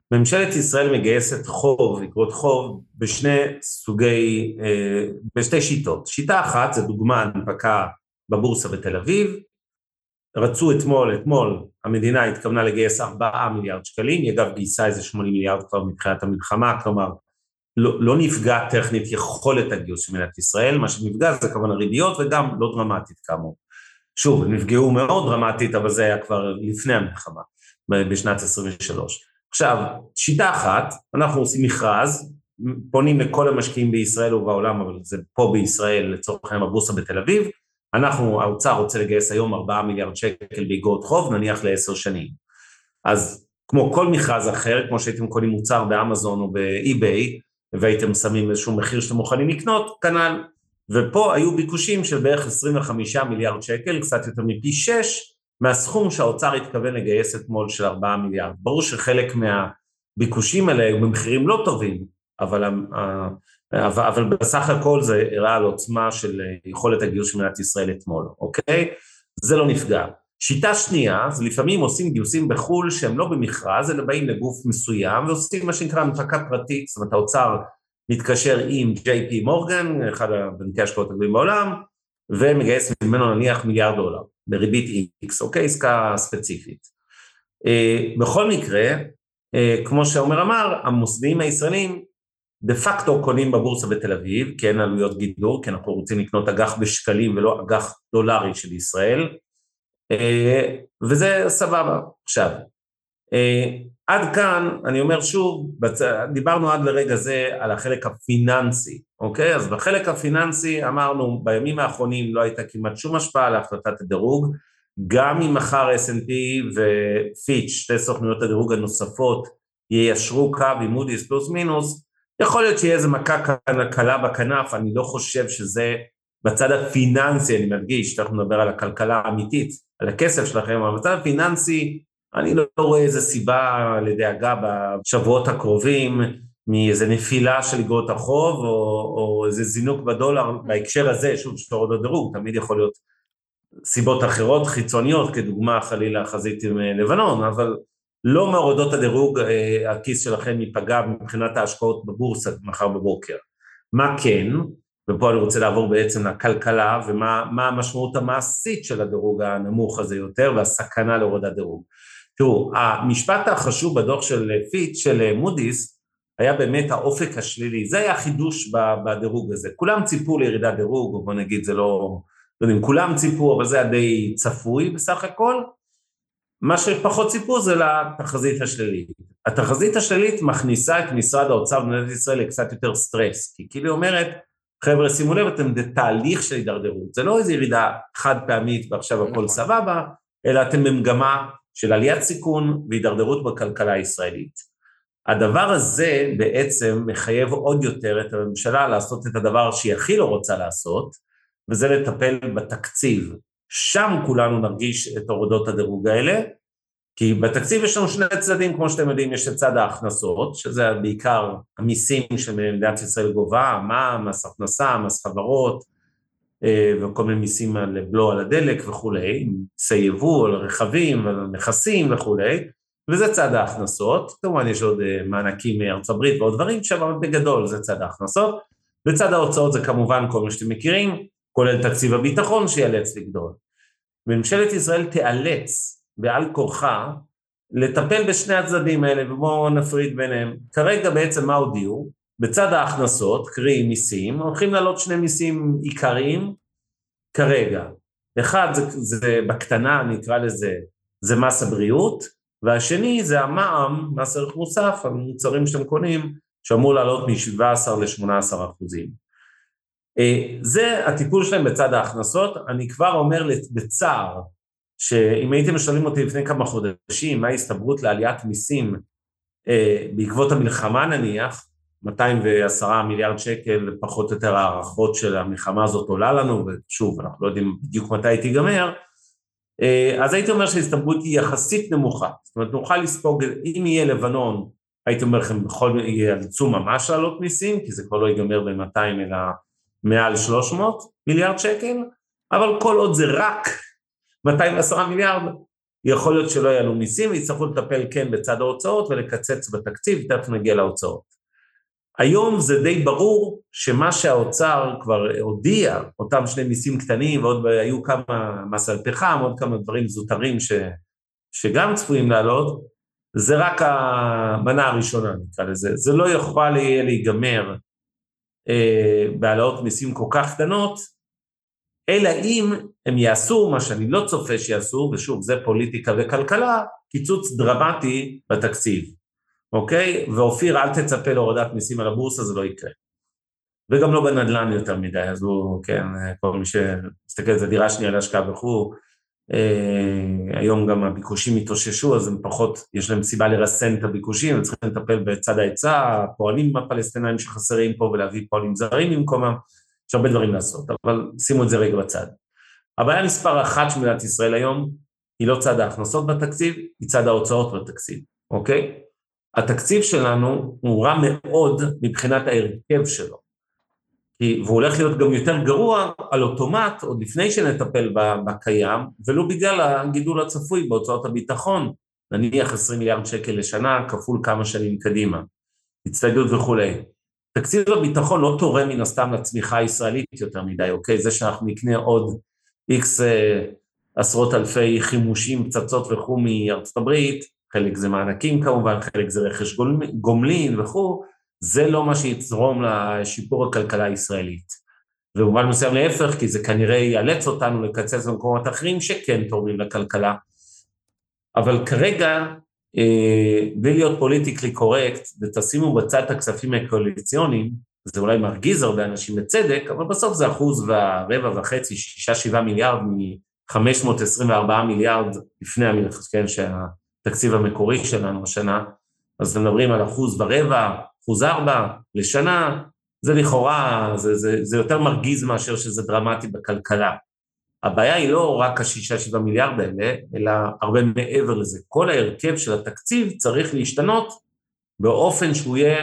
ממשלת ישראל מגייסת חוב, אגרות חוב, בשני סוגי, בשתי שיטות. שיטה אחת, זה דוגמה הנפקה בבורסה בתל אביב, רצו אתמול, אתמול המדינה התכוונה לגייס ארבעה מיליארד שקלים, היא אגב גייסה איזה שמונים מיליארד כבר מתחילת המלחמה, כלומר, לא, לא נפגע טכנית יכולת הגיוס של מדינת ישראל, מה שנפגע זה כמובן הריביות וגם לא דרמטית כאמור. שוב, הם נפגעו מאוד דרמטית, אבל זה היה כבר לפני המלחמה, בשנת עשרים ושלוש. עכשיו, שיטה אחת, אנחנו עושים מכרז, פונים לכל המשקיעים בישראל ובעולם, אבל זה פה בישראל, לצורך העניין הבורסה בתל אביב, אנחנו, האוצר רוצה לגייס היום ארבעה מיליארד שקל באגרות חוב, נניח לעשר שנים. אז כמו כל מכרז אחר, כמו שהייתם קונים מוצר באמזון או באי-ביי, והייתם שמים איזשהו מחיר שאתם מוכנים לקנות, כנ"ל, ופה היו ביקושים של בערך עשרים וחמישה מיליארד שקל, קצת יותר מפי שש, מהסכום שהאוצר התכוון לגייס אתמול של ארבעה מיליארד. ברור שחלק מהביקושים האלה היו במחירים לא טובים, אבל, אבל, אבל בסך הכל זה הראה על עוצמה של יכולת הגיוס של מדינת ישראל אתמול, אוקיי? זה לא נפגע. שיטה שנייה, זה לפעמים עושים גיוסים בחול שהם לא במכרז, אלא באים לגוף מסוים, ועושים מה שנקרא הנפקה פרטית, זאת אומרת האוצר מתקשר עם ג'יי פי מורגן, אחד הבנקי השקעות הגדולים בעולם, ומגייס ממנו נניח מיליארד דולר, בריבית X, אוקיי? עסקה ספציפית. בכל מקרה, כמו שאומר אמר, המוסדיים הישראלים, דה פקטו קונים בבורסה בתל אביב, כי אין עלויות גידור, כי אנחנו רוצים לקנות אג"ח בשקלים ולא אג"ח דולרי של ישראל, וזה סבבה. עכשיו, עד כאן, אני אומר שוב, דיברנו עד לרגע זה על החלק הפיננסי, אוקיי? אז בחלק הפיננסי אמרנו, בימים האחרונים לא הייתה כמעט שום השפעה על החלטת הדירוג, גם אם מחר אס אנד פי ופיץ', שתי סוכנויות הדירוג הנוספות, יישרו קו עם מודי'ס פלוס מינוס, יכול להיות שיהיה איזה מכה קלה בכנף, אני לא חושב שזה בצד הפיננסי, אני מדגיש, אנחנו נדבר על הכלכלה האמיתית, על הכסף שלכם, אבל בצד הפיננסי, אני לא רואה איזה סיבה לדאגה בשבועות הקרובים, מאיזה נפילה של אגרות החוב, או, או איזה זינוק בדולר, בהקשר הזה, שוב, שתורד הדירוג, תמיד יכול להיות סיבות אחרות, חיצוניות, כדוגמה חלילה חזית עם לבנון, אבל לא מהורדות הדירוג, הכיס שלכם ייפגע מבחינת ההשקעות בבורסה מחר בבוקר. מה כן, ופה אני רוצה לעבור בעצם לכלכלה, ומה מה המשמעות המעשית של הדירוג הנמוך הזה יותר, והסכנה להורדת דירוג. תראו, המשפט החשוב בדוח של פיץ' של מודי'ס, היה באמת האופק השלילי, זה היה חידוש בדירוג הזה, כולם ציפו לירידת דירוג, או בוא נגיד זה לא, לא יודעים, כולם ציפו, אבל זה היה די צפוי בסך הכל, מה שפחות ציפו זה לתחזית השלילית. התחזית השלילית מכניסה את משרד האוצר במדינת ישראל לקצת יותר סטרס, כי כאילו אומרת, חבר'ה, שימו לב, אתם בתהליך של הידרדרות, זה לא איזו ירידה חד פעמית ועכשיו הכל סבבה, אלא אתם במגמה של עליית סיכון והידרדרות בכלכלה הישראלית. הדבר הזה בעצם מחייב עוד יותר את הממשלה לעשות את הדבר שהיא הכי לא רוצה לעשות, וזה לטפל בתקציב. שם כולנו נרגיש את הורדות הדירוג האלה, כי בתקציב יש לנו שני צדדים, כמו שאתם יודעים, יש את צד ההכנסות, שזה בעיקר המיסים שמדינת ישראל גובה, מה, מס הכנסה, מס חברות, וכל מיני מיסים על בלו על הדלק וכולי, מיסי יבוא, על רכבים, על נכסים וכולי, וזה צד ההכנסות, כמובן יש עוד מענקים מארצות הברית ועוד דברים, אבל בגדול זה צד ההכנסות, וצד ההוצאות זה כמובן כל מה שאתם מכירים, כולל תקציב הביטחון שיאלץ לגדול. ממשלת ישראל תיאלץ בעל כורחה לטפל בשני הצדדים האלה, ובואו נפריד ביניהם. כרגע בעצם מה הודיעו? בצד ההכנסות, קרי מיסים, הולכים לעלות שני מיסים עיקריים כרגע. אחד זה, זה בקטנה, נקרא לזה, זה מס הבריאות, והשני זה המע"מ, מס ערך מוסף, המוצרים שאתם קונים, שאמור לעלות מ-שבעה עשר ל-שמונה עשר אחוזים. זה הטיפול שלהם בצד ההכנסות, אני כבר אומר בצער, שאם הייתם משאלים אותי לפני כמה חודשים, מה ההסתברות לעליית מיסים בעקבות המלחמה נניח, מאתיים ועשרה מיליארד שקל, פחות או יותר הערכות של המלחמה הזאת עולה לנו, ושוב, אנחנו לא יודעים בדיוק מתי היא תיגמר, אז הייתי אומר שההסתברות היא יחסית נמוכה, זאת אומרת, נוכל לספוג, אם יהיה לבנון, הייתי אומר לכם, בכל ייאלצו ממש לעלות מיסים, כי זה כבר לא ייגמר ב-מאתיים אלא מעל שלוש מאות מיליארד שקל, אבל כל עוד זה רק מאתיים ועשרה מיליארד, יכול להיות שלא יעלו מיסים, ויצטרכו לטפל כן בצד ההוצאות ולקצץ בתקציב, תכף נגיע להוצאות. היום זה די ברור שמה שהאוצר כבר הודיע, אותם שני מיסים קטנים, ועוד היו כמה מס על פחם, עוד כמה דברים זוטרים ש, שגם צפויים לעלות, זה רק המנה הראשונה, נקרא לזה. זה לא יכול להיגמר אה, בהעלאות מיסים כל כך קטנות, אלא אם הם יעשו, מה שאני לא צופה שיעשו, ושוב, זה פוליטיקה וכלכלה, קיצוץ דרמטי בתקציב, אוקיי? ואופיר, אל תצפה להורדת מיסים על הבורסה, זה לא יקרה. וגם לא בנדל"ן יותר מדי, אז הוא, כן, כל מי שמסתכל, זה דירה שנייה להשקעה וכו', אה, היום גם הביקושים התאוששו, אז הם פחות, יש להם סיבה לרסן את הביקושים, הם צריכים לטפל בצד ההיצע, הפועלים הפלסטינאים שחסרים פה, ולהביא פועלים זרים במקומם, יש הרבה דברים לעשות, אבל שימו את זה רגע בצד. הבעיה מספר אחת של מדינת ישראל היום, היא לא צד ההכנסות בתקציב, היא צד ההוצאות בתקציב, אוקיי? התקציב שלנו הוא רע מאוד מבחינת ההרכב שלו, והוא הולך להיות גם יותר גרוע על אוטומט, עוד לפני שנטפל בקיים, ולא בגלל הגידול הצפוי בהוצאות הביטחון, נניח עשרים מיליארד שקל לשנה, כפול כמה שנים קדימה, הצטיידות וכולי. תקציב הביטחון לא תורם מן הסתם לצמיחה הישראלית יותר מדי, אוקיי? זה שאנחנו נקנה עוד איקס אה, עשרות אלפי חימושים, פצצות וכו' מארצות הברית, חלק זה מענקים כמובן, חלק זה רכש גומלין וכו', זה לא מה שיצרום לשיפור הכלכלה הישראלית. ובמובן מסוים להפך, כי זה כנראה יאלץ אותנו לקצץ במקומות אחרים שכן תורמים לכלכלה. אבל כרגע, בלי להיות פוליטיקלי קורקט, ותשימו בצד את הכספים הקואליציוניים, זה אולי מרגיז הרבה אנשים בצדק, אבל בסוף זה אחוז והרבע וחצי, שישה שבעה מיליארד מ-חמש מאות עשרים וארבעה מיליארד לפני המלחמה, כן, שהתקציב המקורי שלנו השנה, אז אתם מדברים על אחוז ורבע, אחוז ארבע לשנה, זה לכאורה, זה, זה, זה יותר מרגיז מאשר שזה דרמטי בכלכלה. הבעיה היא לא רק השישה שבעה מיליארד האלה, אלא הרבה מעבר לזה. כל ההרכב של התקציב צריך להשתנות באופן שהוא יהיה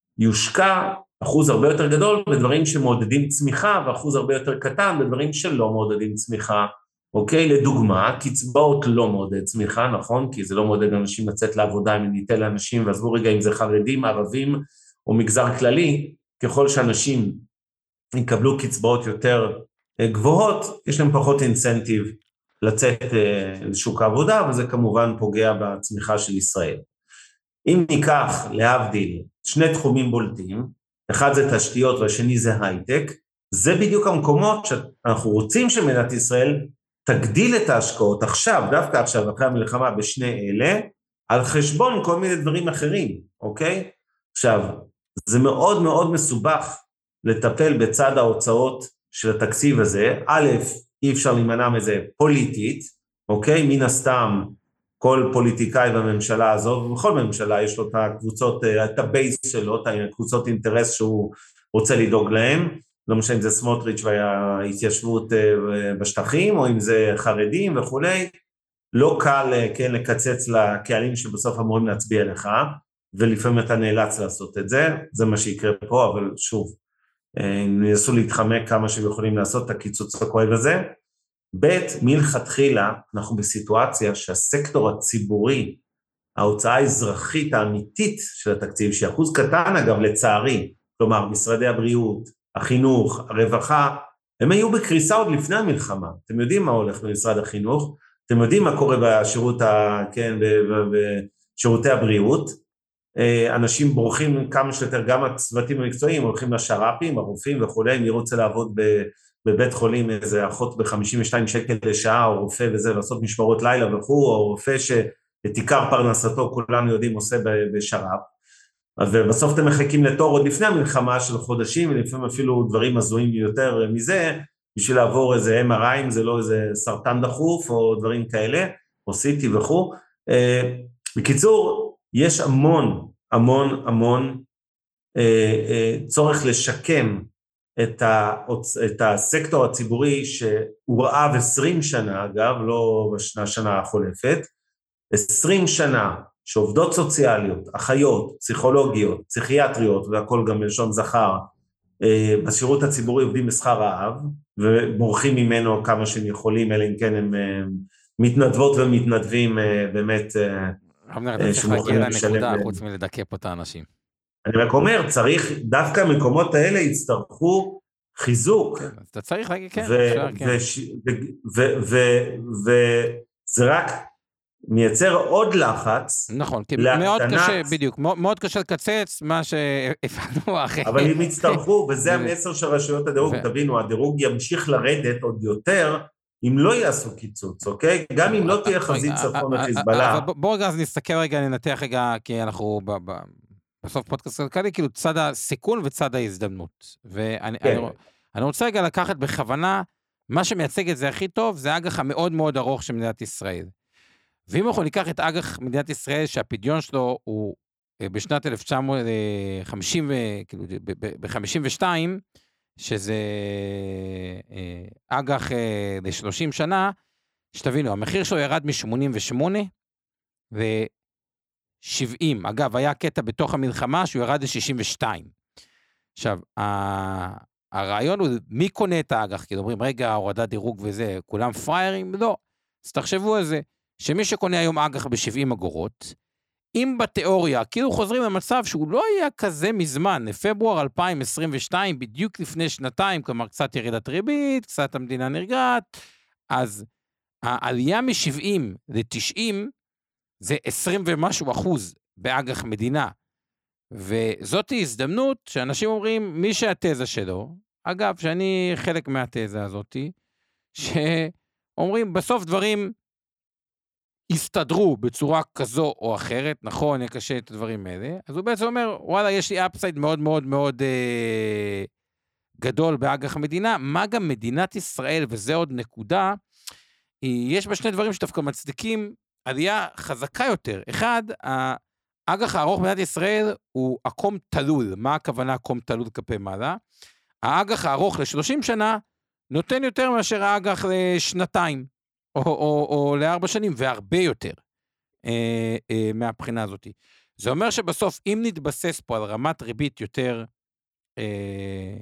יושקע אחוז הרבה יותר גדול בדברים שמעודדים צמיחה, ואחוז הרבה יותר קטן בדברים שלא מעודדים צמיחה. אוקיי, לדוגמה, קצבאות לא מעודד צמיחה, נכון? כי זה לא מעודד אנשים לצאת לעבודה, אם ניתן לאנשים, ועזבו רגע אם זה חרדים, ערבים או מגזר כללי, ככל שאנשים יקבלו קצבאות יותר גבוהות, יש להם פחות אינסנטיב לצאת לשוק העבודה, וזה כמובן פוגע בצמיחה של ישראל. אם ניקח להבדיל שני תחומים בולטים, אחד זה תשתיות והשני זה הייטק, זה בדיוק המקומות שאנחנו רוצים שמדינת ישראל תגדיל את ההשקעות עכשיו, דווקא עכשיו, אחרי המלחמה בשני אלה, על חשבון כל מיני דברים אחרים, אוקיי? עכשיו, זה מאוד מאוד מסובך לטפל בצד ההוצאות של התקציב הזה, א', אי אפשר להימנע מזה פוליטית, אוקיי? מן הסתם, כל פוליטיקאי בממשלה הזאת, ובכל ממשלה יש לו את הקבוצות, את הבייס שלו, את הקבוצות אינטרס שהוא רוצה לדאוג להם, לא משנה אם זה סמוטריץ' וההתיישבות בשטחים, או אם זה חרדים וכולי, לא קל, כן, לקצץ לקהלים שבסוף אמורים להצביע לך, ולפעמים אתה נאלץ לעשות את זה, זה מה שיקרה פה, אבל שוב, ניסו להתחמק כמה שיכולים לעשות את הקיצוץ הכואב הזה. ב' מלכתחילה, אנחנו בסיטואציה שהסקטור הציבורי, ההוצאה האזרחית האמיתית של התקציב, שאחוז קטן אגב לצערי, כלומר משרדי הבריאות, החינוך, הרווחה, הם היו בקריסה עוד לפני המלחמה. אתם יודעים מה הולך במשרד החינוך, אתם יודעים מה קורה בשירות ה... כן, בשירותי הבריאות, אנשים בורחים כמה שיותר, גם הצוותים המקצועיים הולכים לשר"פים, הרופאים וכולי, מי רוצה לעבוד בבית חולים, איזה אחות ב-חמישים ושתיים שקל לשעה, או רופא וזה, לעשות משמרות לילה וכו', או רופא שאת עיקר פרנסתו, כולנו יודעים, עושה בשר"פ, ובסוף אתם מחכים לתור עוד לפני המלחמה של חודשים, ולפעמים אפילו דברים הזויים יותר מזה, בשביל לעבור איזה אם אר איי, אם זה לא איזה סרטן דחוף, או דברים כאלה, או סיטי וכו'. בקיצור, יש המון, המון, המון אה, אה, צורך לשקם את, ה, את הסקטור הציבורי שהוא רעב עשרים שנה, אגב, לא בשנה החולפת, עשרים שנה שעובדות סוציאליות, אחיות, פסיכולוגיות, פסיכיאטריות, והכל גם בלשון זכר, אה, בשירות הציבורי עובדים בשכר רעב, ובורחים ממנו כמה שהם יכולים, אלא אם כן הם אה, מתנדבות ומתנדבים באמת אבנר, אתה צריך להגיע לנקודה חוץ מלדכא פה את האנשים. אני רק אומר, צריך, דווקא המקומות האלה יצטרכו חיזוק. כן, אז אתה צריך להגיד, כן, ו- אפשר, כן. וזה רק מייצר עוד לחץ. נכון, כי מאוד קשה, בדיוק, מאוד קשה לקצץ מה שהפעלנו אחרי. אבל אם יצטרכו, וזה המסר של רשויות הדירוג, תבינו, הדירוג ימשיך לרדת עוד יותר, אם לא יעשו קיצוץ, אוקיי? גם אם לא תהיה חזית צפון החיזבאללה. בואו רגע, אז נסתכל רגע, ננתח רגע, כי אנחנו בסוף פודקאסט כלכלי, כאילו צד הסיכון וצד ההזדמנות. ואני רוצה רגע לקחת בכוונה, מה שמייצג את זה הכי טוב, זה האג"ח המאוד מאוד ארוך של מדינת ישראל. ואם אנחנו ניקח את אג"ח מדינת ישראל, שהפדיון שלו הוא בשנת אלף תשע מאות חמישים, כאילו ב-חמישים ושתיים, שזה אג"ח ל-שלושים שנה, שתבינו, המחיר שלו ירד מ-שמונים ושמונה ו-שבעים. אגב, היה קטע בתוך המלחמה שהוא ירד ל-שישים ושתיים. עכשיו, הרעיון הוא, מי קונה את האג"ח? כי אומרים, רגע, הורדת דירוג וזה, כולם פריירים? לא. אז תחשבו על זה, שמי שקונה היום אג"ח ב-שבעים אגורות, אם בתיאוריה, כאילו חוזרים למצב שהוא לא היה כזה מזמן, לפברואר אלפיים עשרים ושתיים, בדיוק לפני שנתיים, כלומר קצת ירידת ריבית, קצת המדינה נרגעת, אז העלייה מ-שבעים ל-תשעים, זה עשרים ומשהו אחוז באג"ח מדינה, וזאת הזדמנות שאנשים אומרים, מי שהתזה שלו, אגב, שאני חלק מהתזה הזאת, שאומרים בסוף דברים, הסתדרו בצורה כזו או אחרת, נכון, יקשה את הדברים האלה, אז הוא בעצם אומר, וואלה, יש לי אפסייד מאוד מאוד מאוד אה, גדול באג"ח המדינה, מה גם מדינת ישראל, וזה עוד נקודה, יש בה שני דברים שדווקא מצדיקים עלייה חזקה יותר. אחד, האג"ח הארוך במדינת ישראל הוא עקום תלול, מה הכוונה עקום תלול כלפי מעלה? האג"ח הארוך ל-שלושים שנה נותן יותר מאשר האג"ח לשנתיים, או, או, או לארבע שנים, והרבה יותר אה, אה, מהבחינה הזאת. זה אומר שבסוף, אם נתבסס פה על רמת ריבית יותר אה,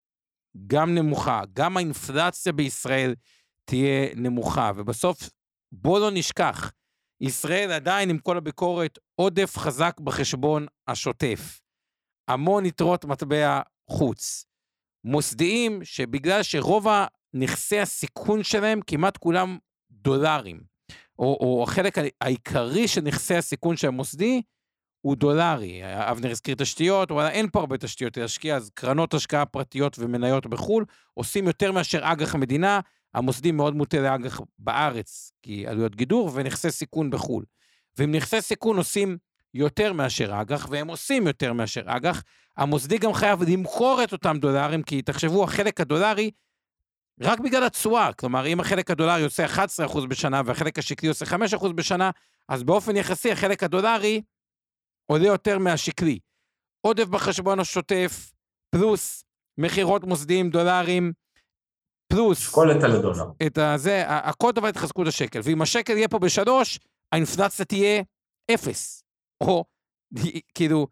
גם נמוכה, גם האינפלציה בישראל תהיה נמוכה, ובסוף בוא לא נשכח, ישראל עדיין עם כל הביקורת עודף חזק בחשבון השוטף, המון יתרות מטבע חוץ, מוסדיים שבגלל שרוב נכסי הסיכון שלהם כמעט כולם דולרים, או, או החלק העיקרי של נכסי הסיכון של המוסדי, הוא דולרי. אבנר הזכיר תשתיות, אבל אין פה הרבה תשתיות להשקיע, אז קרנות השקעה פרטיות ומניות בחול, עושים יותר מאשר אג"ח המדינה, המוסדי מאוד מוטה לאג"ח בארץ, כי עלויות גידור, ונכסי סיכון בחול. ואם נכסי סיכון עושים יותר מאשר אג"ח, והם עושים יותר מאשר אג"ח, המוסדי גם חייב למכור את אותם דולרים, כי תחשבו, החלק הדולרי, רק בגלל התשואה, כלומר, אם החלק הדולרי יוצא אחד עשר אחוז בשנה, והחלק השקלי יוצא חמישה אחוז בשנה, אז באופן יחסי, החלק הדולרי עולה יותר מהשקלי. עודף בחשבון השוטף, פלוס מחירות מוסדיים דולרים, פלוס... שקולת על הדולר. את הזה, הכל דבר התחזקות השקל, ואם השקל יהיה פה בשלוש, האינפלציה תהיה אפס. או, כאילו,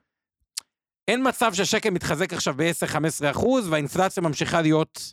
אין מצב שהשקל מתחזק עכשיו ב-עשר עד חמש עשרה אחוז, והאינפלציה ממשיכה להיות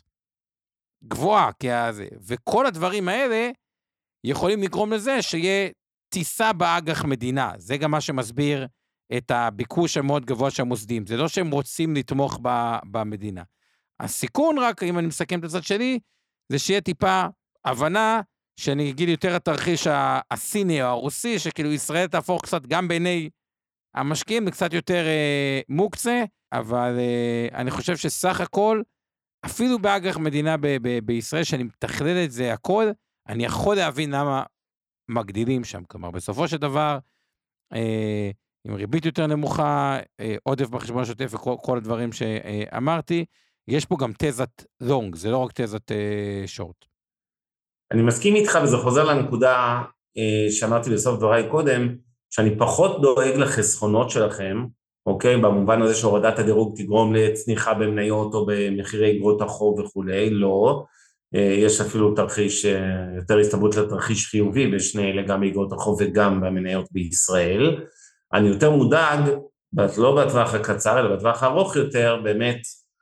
גבוהה, כזה. וכל הדברים האלה יכולים לגרום לזה שיהיה טיסה באג"ח מדינה. זה גם מה שמסביר את הביקוש המאוד גבוה של המוסדים. זה לא שהם רוצים לתמוך במדינה. הסיכון רק, אם אני מסכם את הצד שלי, זה שיהיה טיפה הבנה, שאני אגיד יותר התרחיש הסיני או הרוסי, שכאילו ישראל תהפוך קצת גם בעיני המשקיעים, קצת יותר אה, מוקצה, אבל אה, אני חושב שסך הכל, אפילו באג"ח מדינה ב- ב- בישראל, שאני מתכלל את זה הכל, אני יכול להבין למה מגדילים שם. כלומר, בסופו של דבר, אה, עם ריבית יותר נמוכה, אה, עודף בחשבון השוטף וכל כל הדברים שאמרתי, יש פה גם תזת לונג, זה לא רק תזת אה, שורט. אני מסכים איתך, וזה חוזר לנקודה אה, שאמרתי בסוף דבריי קודם, שאני פחות דואג לחסכונות שלכם, אוקיי? במובן הזה שהורדת הדירוג תגרום לצניחה במניות או במחירי אגרות החוב וכולי, לא. אה, יש אפילו תרחיש, אה, יותר הסתברות לתרחיש חיובי, בשני אלה גם באגרות החוב וגם במניות בישראל. אני יותר מודאג, לא בטווח הקצר, אלא בטווח הארוך יותר, באמת,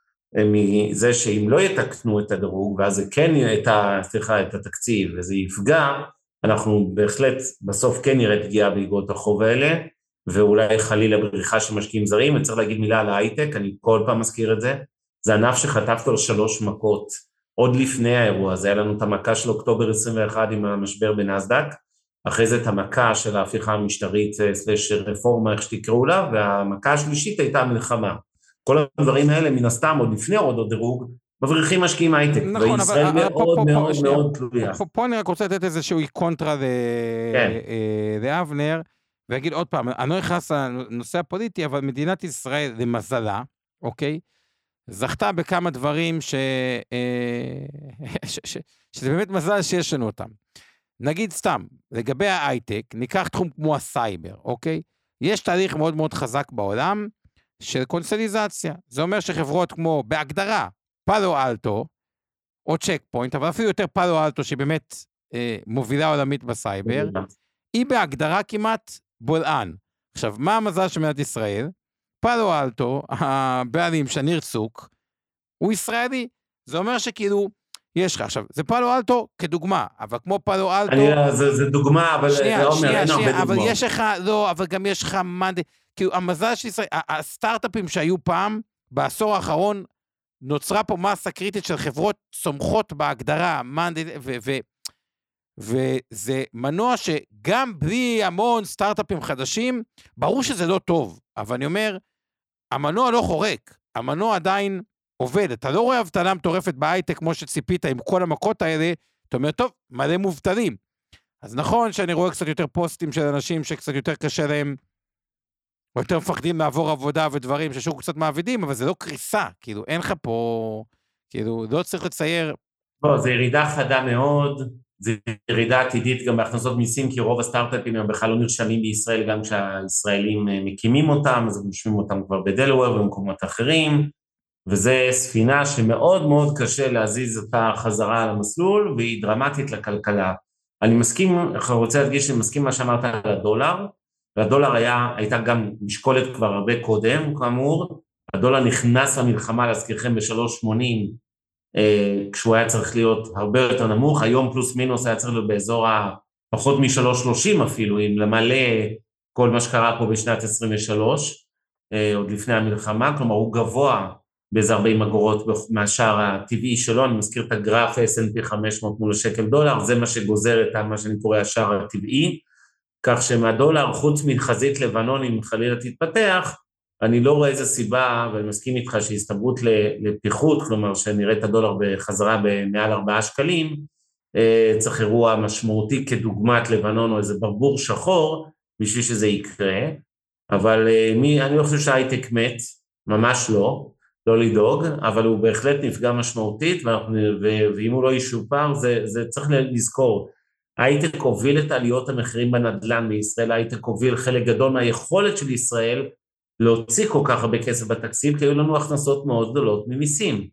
מזה שאם לא יתקנו את הדירוג, ואז זה כן את, ה, סליחה, את התקציב, וזה יפגע, אנחנו בהחלט בסוף כן נראה פגיעה באגרות החוב האלה, ואולי חלילה בריחה של משקיעים זרים, וצריך להגיד מילה על ההייטק, אני כל פעם מזכיר את זה, זה ענף שחטף לו שלוש מכות, עוד לפני האירוע הזה, היה לנו את המכה של אוקטובר עשרים ואחת עם המשבר בנסדק, אחרי זה את המכה של ההפיכה המשטרית, סלש רפורמה, איך שתקראו לה, והמכה השלישית הייתה המלחמה. כל הדברים האלה מן הסתם, עוד לפני עוד דירוג, מבריחים משקיעים הייטק, נכון, וישראל אבל, מאוד פה, פה, מאוד פה, מאוד תלויה. פה, פה אני רק רוצה לתת איזשהו קונטרה כן. לאבנר, ואגיד עוד פעם, אני לא נכנס לנושא הפוליטי, אבל מדינת ישראל, למזלה, אוקיי, זכתה בכמה דברים ש... ש... ש... שזה באמת מזל שיש לנו אותם. נגיד סתם, לגבי ההייטק, ניקח תחום כמו הסייבר, אוקיי? יש תהליך מאוד מאוד חזק בעולם של קונסוליזציה. זה אומר שחברות כמו, בהגדרה, פאלו אלטו, או צ'ק פוינט, אבל אפילו יותר פאלו אלטו, שבאמת אה, מובילה עולמית בסייבר, היא בהגדרה כמעט בולען. עכשיו, מה המזל של מדינת ישראל? פאלו אלטו, הבעלים שניר צוק, הוא ישראלי. זה אומר שכאילו, יש לך, עכשיו, זה פאלו אלטו כדוגמה, אבל כמו פאלו אלטו... אני, זה, זה דוגמה, אבל שנייה, זה אומר, שנייה, אין שנייה, הרבה אבל דוגמאות. יש לך, לא, אבל גם יש לך מנד... כאילו, המזל של ישראל, הסטארט-אפים שהיו פעם, בעשור האחרון, נוצרה פה מסה קריטית של חברות סומכות בהגדרה, מנד... ו... ו... וזה מנוע שגם בלי המון סטארט-אפים חדשים, ברור שזה לא טוב, אבל אני אומר, המנוע לא חורק, המנוע עדיין עובד, אתה לא רואה אבטלה מטורפת בהייטק כמו שציפית עם כל המכות האלה, אתה אומר, טוב, מלא מובטלים. אז נכון שאני רואה קצת יותר פוסטים של אנשים שקצת יותר קשה להם, או יותר מפחדים לעבור עבודה ודברים ששוק קצת מעבידים, אבל זה לא קריסה, כאילו אין לך פה, כאילו לא צריך לצייר. לא, זה ירידה חדה מאוד, זה ירידה עתידית גם בהכנסות מיסים, כי רוב הסטארט-אפים הם בכלל לא נרשמים בישראל, גם כשהישראלים מקימים אותם, אז הם נרשמים אותם כבר בדלוור ובמקומות אחרים, וזה ספינה שמאוד מאוד קשה להזיז אותה חזרה על המסלול, והיא דרמטית לכלכלה. אני מסכים, אני רוצה להדגיש שאני מסכים מה שאמרת על הדולר, והדולר היה, הייתה גם משקולת כבר הרבה קודם, כאמור, הדולר נכנס למלחמה, להזכירכם, ב-שלוש שמונים, כשהוא היה צריך להיות הרבה יותר נמוך, היום פלוס מינוס היה צריך להיות באזור הפחות מ-שלוש שלושים אפילו, אם למלא כל מה שקרה פה בשנת עשרים ושלוש, עוד לפני המלחמה, כלומר הוא גבוה באיזה ארבעים אגורות מהשער הטבעי שלו, אני מזכיר את הגרף אס אנד פי חמש מאות מול השקל דולר, זה מה שגוזר את מה שאני קורא השער הטבעי, כך שמהדולר, חוץ מחזית לבנון, אם חלילה תתפתח, אני לא רואה איזה סיבה, ואני מסכים איתך שהסתברות לפתיחות, כלומר שנראה את הדולר בחזרה במעל ארבעה שקלים, צריך אירוע משמעותי כדוגמת לבנון או איזה ברבור שחור, בשביל שזה יקרה, אבל מי, אני לא חושב שההייטק מת, ממש לא, לא לדאוג, אבל הוא בהחלט נפגע משמעותית, ואנחנו, ואם הוא לא ישופר, זה, זה צריך לזכור, ההייטק הוביל את עליות המחירים בנדל"ן בישראל, ההייטק הוביל חלק גדול מהיכולת של ישראל, להוציא כל כך הרבה כסף בתקציב, כי היו לנו הכנסות מאוד גדולות ממיסים.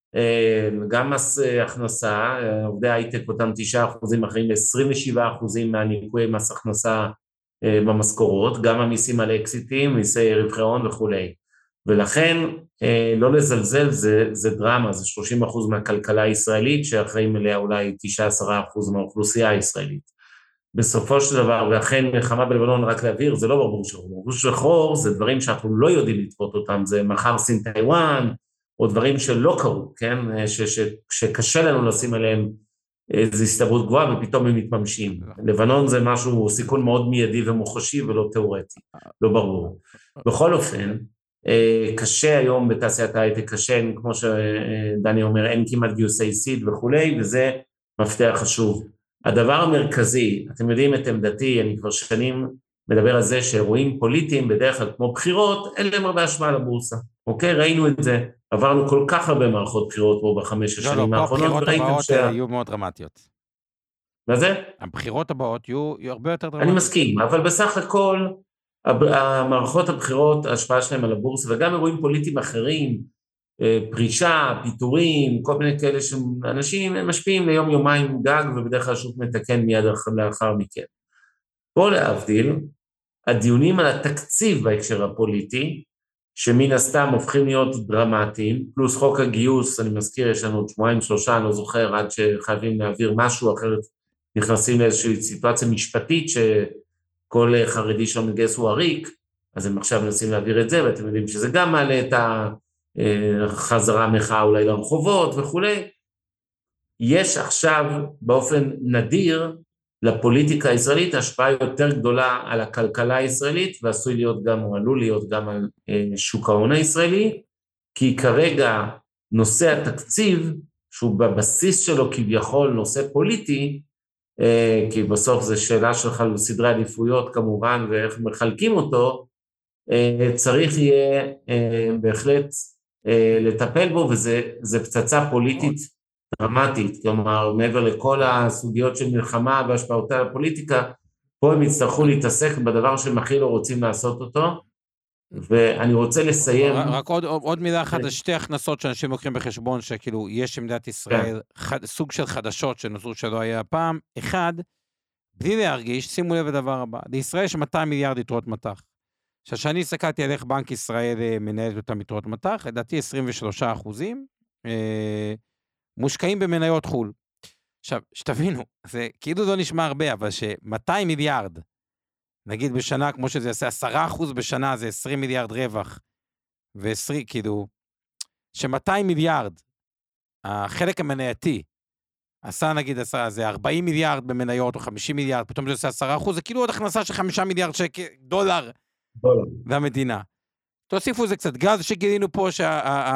גם מס הכנסה, עובדי הייטק אותם תשעה אחוזים אחרים, עשרים ושבעה אחוזים מהניכוי מס הכנסה במשכורות, גם המיסים על אקזיטים, מיסי רווחי הון וכו'. ולכן לא לזלזל, זה, זה דרמה, זה שלושים אחוז מהכלכלה הישראלית, שאחראים אליה אולי תשעה עד עשרה אחוז מהאוכלוסייה הישראלית. בסופו של דבר, ואכן מלחמה בלבנון רק להעביר, זה לא ברבור שחור. ברבור שחור זה דברים שאנחנו לא יודעים לתפות אותם, זה מחר סין טיואן, או דברים שלא קרו, כן? ש, ש, שקשה לנו לשים עליהם איזו הסתברות גבוהה, ופתאום הם מתממשים. לבנון זה משהו, סיכון מאוד מיידי ומוחשי ולא תיאורטי, לא ברור. בכל אופן, קשה היום בתעשיית ההייטק, קשה, כמו שדני אומר, אין כמעט גיוסי סיד וכולי, וזה מפתח חשוב. הדבר המרכזי, אתם יודעים את עמדתי, אני כבר שנים מדבר על זה שאירועים פוליטיים בדרך כלל כמו בחירות, אין להם הרבה השפעה לבורסה, אוקיי? ראינו את זה, עברנו כל כך הרבה מערכות בחירות פה בחמש השנים האחרונות, לא, לא, הבחירות הבאות יהיו מאוד דרמטיות. מה זה? הבחירות הבאות יהיו הרבה יותר דרמטיות. אני מסכים, אבל בסך הכל, המערכות הבחירות, ההשפעה שלהם על הבורסה, וגם אירועים פוליטיים אחרים, פרישה, פיטורים, כל מיני כאלה שאנשים משפיעים ליום יומיים גג, ובדרך כלל שוק מתקן מיד לאחר מכן. פה להבדיל, הדיונים על התקציב בהקשר הפוליטי, שמן הסתם הופכים להיות דרמטיים, פלוס חוק הגיוס, אני מזכיר, יש לנו שבועיים שלושה, אני לא זוכר, עד שחייבים להעביר משהו אחרת, נכנסים לאיזושהי סיטואציה משפטית, שכל חרדי שם מגייס הוא עריק, אז הם עכשיו מנסים להעביר את זה, ואתם יודעים שזה גם מעלה את החזרה המחאה אולי לרחובות וכולי. יש עכשיו באופן נדיר לפוליטיקה הישראלית השפעה יותר גדולה על הכלכלה הישראלית, ועשוי להיות גם, או עלול להיות גם על שוק ההון הישראלי, כי כרגע נושא התקציב, שהוא בבסיס שלו כביכול נושא פוליטי, כי בסוף זו שאלה שלך לסדרי עדיפויות כמובן, ואיך מחלקים אותו, צריך יהיה בהחלט לטפל בו, וזה פצצה פוליטית דרמטית, כלומר, מעבר לכל הסוגיות של מלחמה והשפעותיה לפוליטיקה, פה הם יצטרכו להתעסק בדבר שהם הכי לא רוצים לעשות אותו, ואני רוצה לסיים... רק עוד, עוד מילה אחת, זה שתי הכנסות שאנשים לוקחים בחשבון, שכאילו יש במדינת ישראל חד, סוג של חדשות שנוצרו שלא היה הפעם. אחד, בלי להרגיש, שימו לב לדבר הבא, לישראל יש מאתיים מיליארד יתרות מטח. כשאני הסתכלתי על איך בנק ישראל מנהל אותם יתרות מטח, לדעתי עשרים ושלושה אחוזים, אה, מושקעים במניות חול. עכשיו, שתבינו, זה כאילו לא נשמע הרבה, אבל ש-מאתיים מיליארד, נגיד בשנה, כמו שזה יעשה עשרה אחוז בשנה, זה עשרים מיליארד רווח, ו-עשרים, כאילו, ש-מאתיים מיליארד, החלק המנייתי, עשה נגיד, עשה, זה ארבעים מיליארד במניות, או חמישים מיליארד, פתאום זה עושה עשרה אחוז, זה כאילו עוד הכנסה של חמישה מיליארד שקל, דולר, דולר. והמדינה. תוסיפו זה קצת גז שגילינו פה, שה...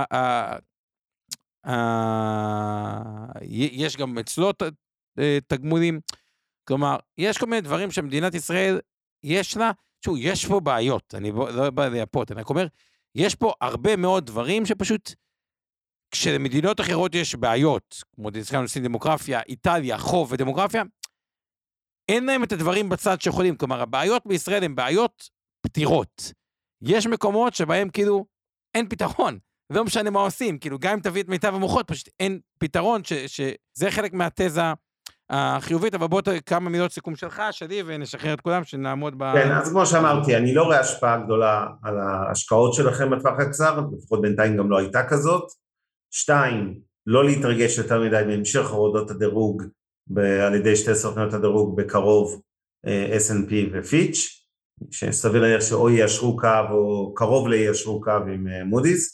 יש גם אצלו תגמולים, כלומר, יש כל מיני דברים שמדינת ישראל, יש לה, שוב, יש פה בעיות, אני לא בא ליפות, אני אומר, יש פה הרבה מאוד דברים שפשוט, כשלמדינות אחרות יש בעיות, כמו נושאים דמוגרפיה, איטליה, חוב ודמוגרפיה, אין להם את הדברים בצד שיכולים, כלומר, הבעיות בישראל הן בעיות פתירות. יש מקומות שבהם כאילו אין פתרון, ולא משנה מה עושים, כאילו גם אם תביא את מיטב המוחות, פשוט אין פתרון, ש, שזה חלק מהתזה החיובית, אבל בוא כמה מילות סיכום שלך, שלי, ונשחרר את כולם, שנעמוד ב... כן, אז כמו שאמרתי, אני לא רואה השפעה גדולה על ההשקעות שלכם בטווח הקצר, לפחות בינתיים גם לא הייתה כזאת. שתיים, לא להתרגש יותר מדי בהמשך הורדות הדירוג, על ידי שתי סוכנויות הדירוג בקרוב, אס אנד פי ופיץ', שסביר להניח שאו יאשרו קו, או קרוב ליאשרו קו עם מודי'ס,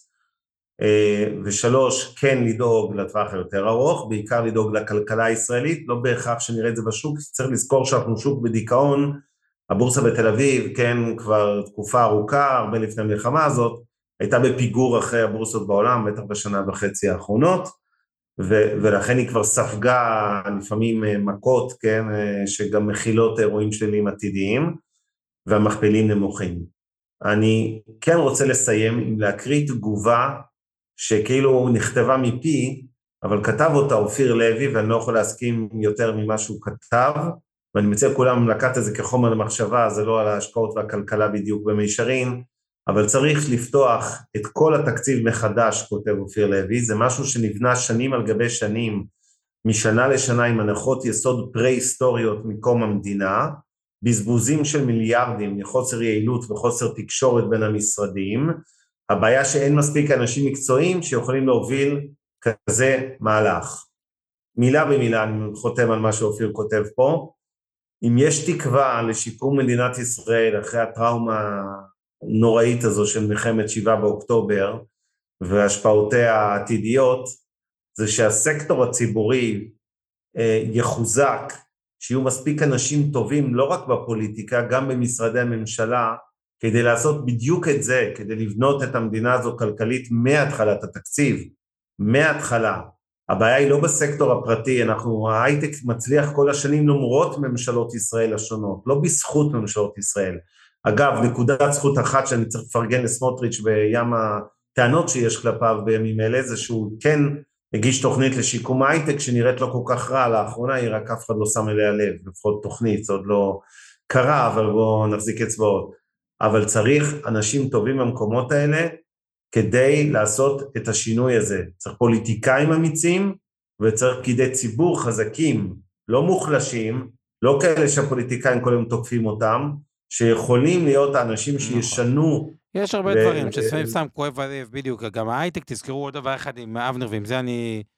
ושלוש, כן לדאוג לטווח היותר ארוך, בעיקר לדאוג לכלכלה הישראלית, לא בהכרח שנראה את זה בשוק, צריך לזכור שאנחנו שוק בדיכאון, הבורסה בתל אביב, כן, כבר תקופה ארוכה, הרבה לפני המלחמה הזאת, הייתה בפיגור אחרי הבורסות בעולם, בטח בשנה וחצי האחרונות, ו- ולכן היא כבר ספגה לפעמים מכות, כן, שגם מכילות אירועים שליליים עתידיים, והמכפילים נמוכים. אני כן רוצה לסיים עם להקריא תגובה, שכאילו נכתבה מפי, אבל כתב אותה אופיר לוי, ואני לא יכול להסכים יותר ממה שהוא כתב, ואני מציע לכולם לקחת את זה כחומר למחשבה, זה לא על ההשקעות והכלכלה בדיוק במישרין, אבל צריך לפתוח את כל התקציב מחדש, כותב אופיר לוי, זה משהו שנבנה שנים על גבי שנים, משנה לשנה עם הנחות יסוד פרה-היסטוריות מקום המדינה, בזבוזים של מיליארדים מחוסר יעילות וחוסר תקשורת בין המשרדים, הבעיה שאין מספיק אנשים מקצועיים שיכולים להוביל כזה מהלך. מילה במילה אני חותם על מה שאופיר כותב פה, אם יש תקווה לשיקום מדינת ישראל אחרי הטראומה הנוראית הזו של מלחמת שבעה באוקטובר והשפעותיה העתידיות, זה שהסקטור הציבורי יחוזק, שיהיו מספיק אנשים טובים לא רק בפוליטיקה, גם במשרדי הממשלה, כדי לעשות בדיוק את זה, כדי לבנות את המדינה הזו כלכלית מהתחלת התקציב, מההתחלה. הבעיה היא לא בסקטור הפרטי, אנחנו, ההייטק מצליח כל השנים למרות ממשלות ישראל השונות, לא בזכות ממשלות ישראל. אגב, נקודת זכות אחת שאני צריך לפרגן לסמוטריץ' בים הטענות שיש כלפיו בימים אלה, זה שהוא כן הגיש תוכנית לשיקום ההייטק, שנראית לא כל כך רע, לאחרונה היא רק אף אחד לא שם אליה לב, לפחות תוכנית, זה עוד לא קרה, אבל בואו נחזיק אצבעות. אבל צריך אנשים טובים במקומות האלה, כדי לעשות את השינוי הזה. צריך פוליטיקאים אמיצים, וצריך פקידי ציבור חזקים, לא מוחלשים, לא כאלה שהפוליטיקאים כל יום תוקפים אותם, שיכולים להיות האנשים שישנו. יש הרבה דברים, שספעים סתם כואב הלב, בדיוק, גם ההייטק, תזכרו עוד דבר אחד עם אבנר, ועם זה אני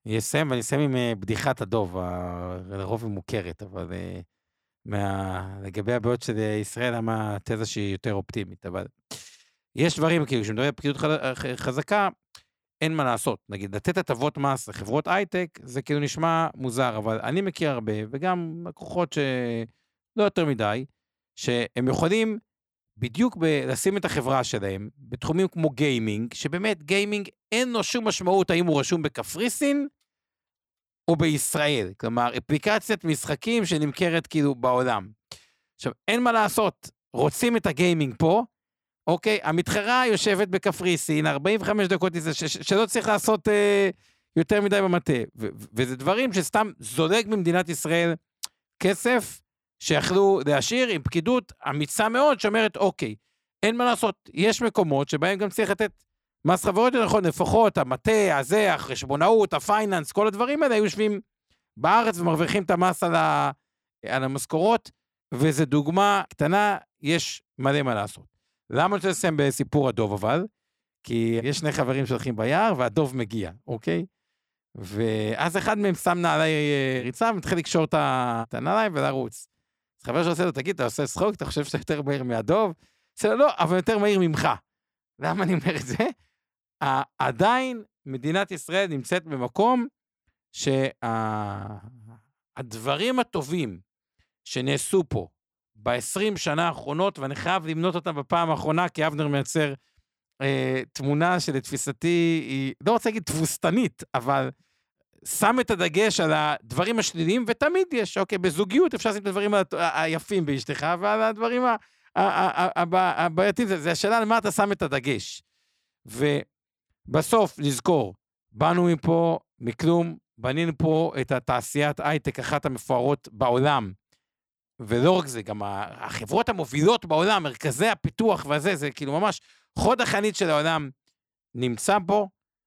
אני אסיים, ואני אסיים עם בדיחת הדוב, לרוב היא מוכרת, אבל מה... לגבי הבעיות של ישראל, למה התזה שהיא יותר אופטימית, אבל יש דברים, כאילו, כשמדברים על פקידות חזקה, אין מה לעשות. נגיד, לתת הטבות מס לחברות הייטק, זה כאילו נשמע מוזר, אבל אני מכיר הרבה, וגם לקוחות שלא יותר מדי, שהם יכולים בדיוק ב- לשים את החברה שלהם, בתחומים כמו גיימינג, שבאמת גיימינג אין לו שום משמעות, האם הוא רשום בקפריסין, או בישראל. כלומר, אפליקציית משחקים שנמכרת כאילו בעולם. עכשיו, אין מה לעשות, רוצים את הגיימינג פה, אוקיי, המתחרה יושבת בקפריסין, ארבעים וחמש דקות, ש- ש- שלא צריך לעשות אה, יותר מדי במטה, ו- ו- וזה דברים שסתם זולג ממדינת ישראל כסף, שיכלו להשאיר עם פקידות אמיצה מאוד, שאומרת, אוקיי, אין מה לעשות, יש מקומות שבהם גם צריך לתת מס חברות, נכון, לפחות המטה, הזה, החשבונאות, הפייננס, כל הדברים האלה, היו יושבים בארץ ומרוויחים את המס על, ה, על המשכורות, וזו דוגמה קטנה, יש מלא מה לעשות. למה אני רוצה לסיים בסיפור הדוב אבל? כי יש שני חברים שהולכים ביער, והדוב מגיע, אוקיי? ואז אחד מהם שם נעלי ריצה, ומתחיל לקשור את הנעליים ולרוץ. אז חבר שעושה לו, תגיד, אתה עושה שחוק, אתה חושב שאתה יותר מהיר מהדוב? עושה לו, לא, אבל יותר מהיר ממך. למה אני אומר את זה? עדיין מדינת ישראל נמצאת במקום שהדברים הטובים שנעשו פה ב-עשרים שנה האחרונות, ואני חייב למנות אותם בפעם האחרונה, כי אבנר מייצר אה, תמונה שלתפיסתי היא, לא רוצה להגיד תבוסתנית, אבל שם את הדגש על הדברים השליליים, ותמיד יש, אוקיי, בזוגיות אפשר לשים את הדברים היפים באשתך, ועל הדברים הבעייתיים, זה השאלה על מה אתה שם את הדגש. ובסוף נזכור, באנו מפה מכלום, בנינו פה את התעשיית הייטק, אחת המפוארות בעולם, ולא רק זה, גם החברות המובילות בעולם, מרכזי הפיתוח וזה, זה כאילו ממש חוד החנית של העולם נמצא בו,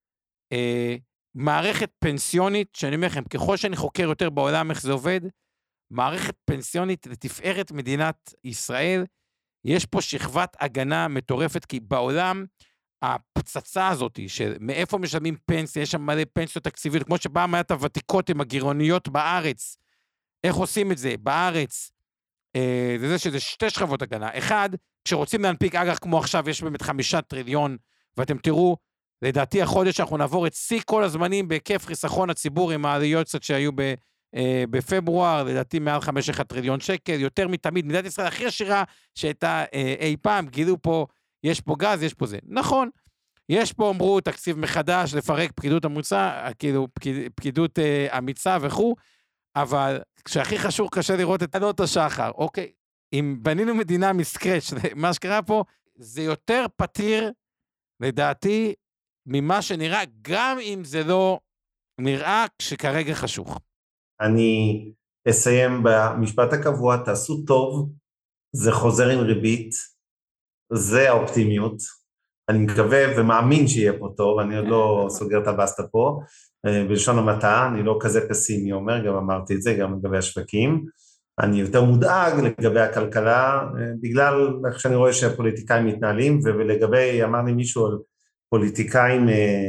אה, מערכת פנסיונית, שאני אומר לכם, ככל שאני חוקר יותר בעולם איך זה עובד, מערכת פנסיונית לתפארת מדינת ישראל, יש פה שכבת הגנה מטורפת, כי בעולם הפצצה הזאת, של מאיפה משלמים פנסיה, יש שם מלא פנסיות תקציביות, כמו שבאה מעט הוותיקות עם הגירעוניות בארץ, איך עושים את זה? בארץ, אה, זה זה שזה שתי שכבות הגנה. אחד, כשרוצים להנפיק אג"ח כמו עכשיו, יש באמת חמישה טריליון, ואתם תראו, לדעתי החודש אנחנו נעבור את שיא כל הזמנים, בהיקף חיסכון הציבור, עם העליות קצת שהיו ב, אה, בפברואר, לדעתי מעל חמישה עשר טריליון שקל, יותר מתמיד, מדינת ישראל הכי עשירה, שהייתה אה, אי פעם, גילו פה, יש פה גז, יש פה זה. נכון, יש פה, אמרו, תקציב מחדש, לפרק פקידות המוצא, כאילו פקיד, פקידות אה, אמיצה וכו', אבל כשהכי חשוב, קשה לראות את עלות השחר, אוקיי, אם בנינו מדינה מסקרץ', מה שקרה פה, זה יותר פתיר, לדעתי, ממה שנראה, גם אם זה לא נראה שכרגע חשוך. אני אסיים במשפט הקבוע, תעשו טוב, זה חוזר עם ריבית, זה האופטימיות, אני מקווה ומאמין שיהיה פה טוב, אני עוד לא סוגר את הבסטה פה, בלשון המעטה, אני לא כזה פסימי אומר, גם אמרתי את זה, גם לגבי השווקים, אני יותר מודאג לגבי הכלכלה, בגלל איך שאני רואה שהפוליטיקאים מתנהלים, ולגבי, אמר לי מישהו על פוליטיקאים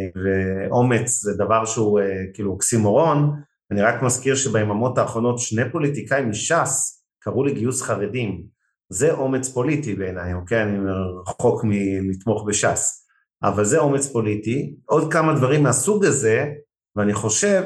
ואומץ, זה דבר שהוא כאילו אוקסימורון, אני רק מזכיר שביממות האחרונות שני פוליטיקאים מש"ס קראו לגיוס חרדים, זה אומץ פוליטי בעיניי, אוקיי? אני רחוק מלתמוך בש"ס, אבל זה אומץ פוליטי, עוד כמה דברים מהסוג הזה, ואני חושב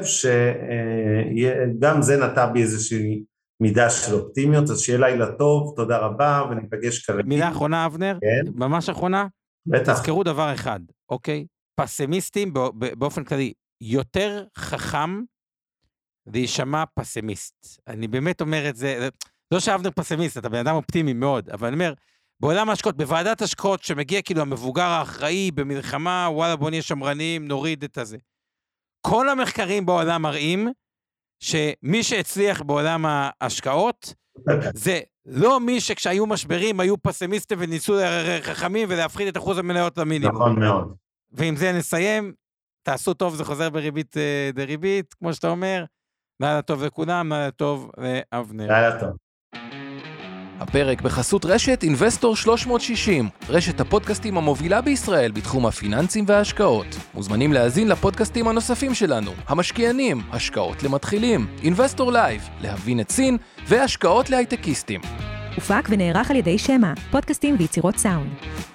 שגם זה נטע בי איזושהי מידה של אופטימיות, אז שיהיה לילה טוב, תודה רבה, וניפגש כרגע. מילה אחרונה, אבנר, כן? ממש אחרונה, בטח. תזכרו דבר אחד, אוקיי? פסימיסטים באופן כללי, יותר חכם להישמע פסימיסט. אני באמת אומר את זה, לא שאבנר פסימיסט, אתה בן אדם אופטימי מאוד, אבל אני אומר, בעולם ההשקעות, בוועדת השקעות, שמגיע כאילו המבוגר האחראי במלחמה, וואלה בוא נהיה שמרנים, נוריד את הזה. כל המחקרים בעולם מראים, שמי שהצליח בעולם ההשקעות, זה לא מי שכשהיו משברים, היו פסימיסטים וניסו חכמים, ולהפחית את אחוז המניות למינימום. נכון מאוד. ועם זה נסיים, תעשו טוב, זה חוזר בריבית דריבית, כמו שאתה אומר, לילה טוב לכולם, לילה טוב לאבנר. לילה טוב. הפרק בחסות רשת אינבסטור שלוש מאות שישים, רשת הפודקאסטים המובילה בישראל בתחום הפיננסים וההשקעות. מוזמנים להאזין לפודקאסטים הנוספים שלנו, המשקיענים, השקעות למתחילים, אינבסטור לייב, להבין את סין והשקעות להייטקיסטים. הופק ונערך על ידי שמה, פודקאסטים ויצירות סאונד.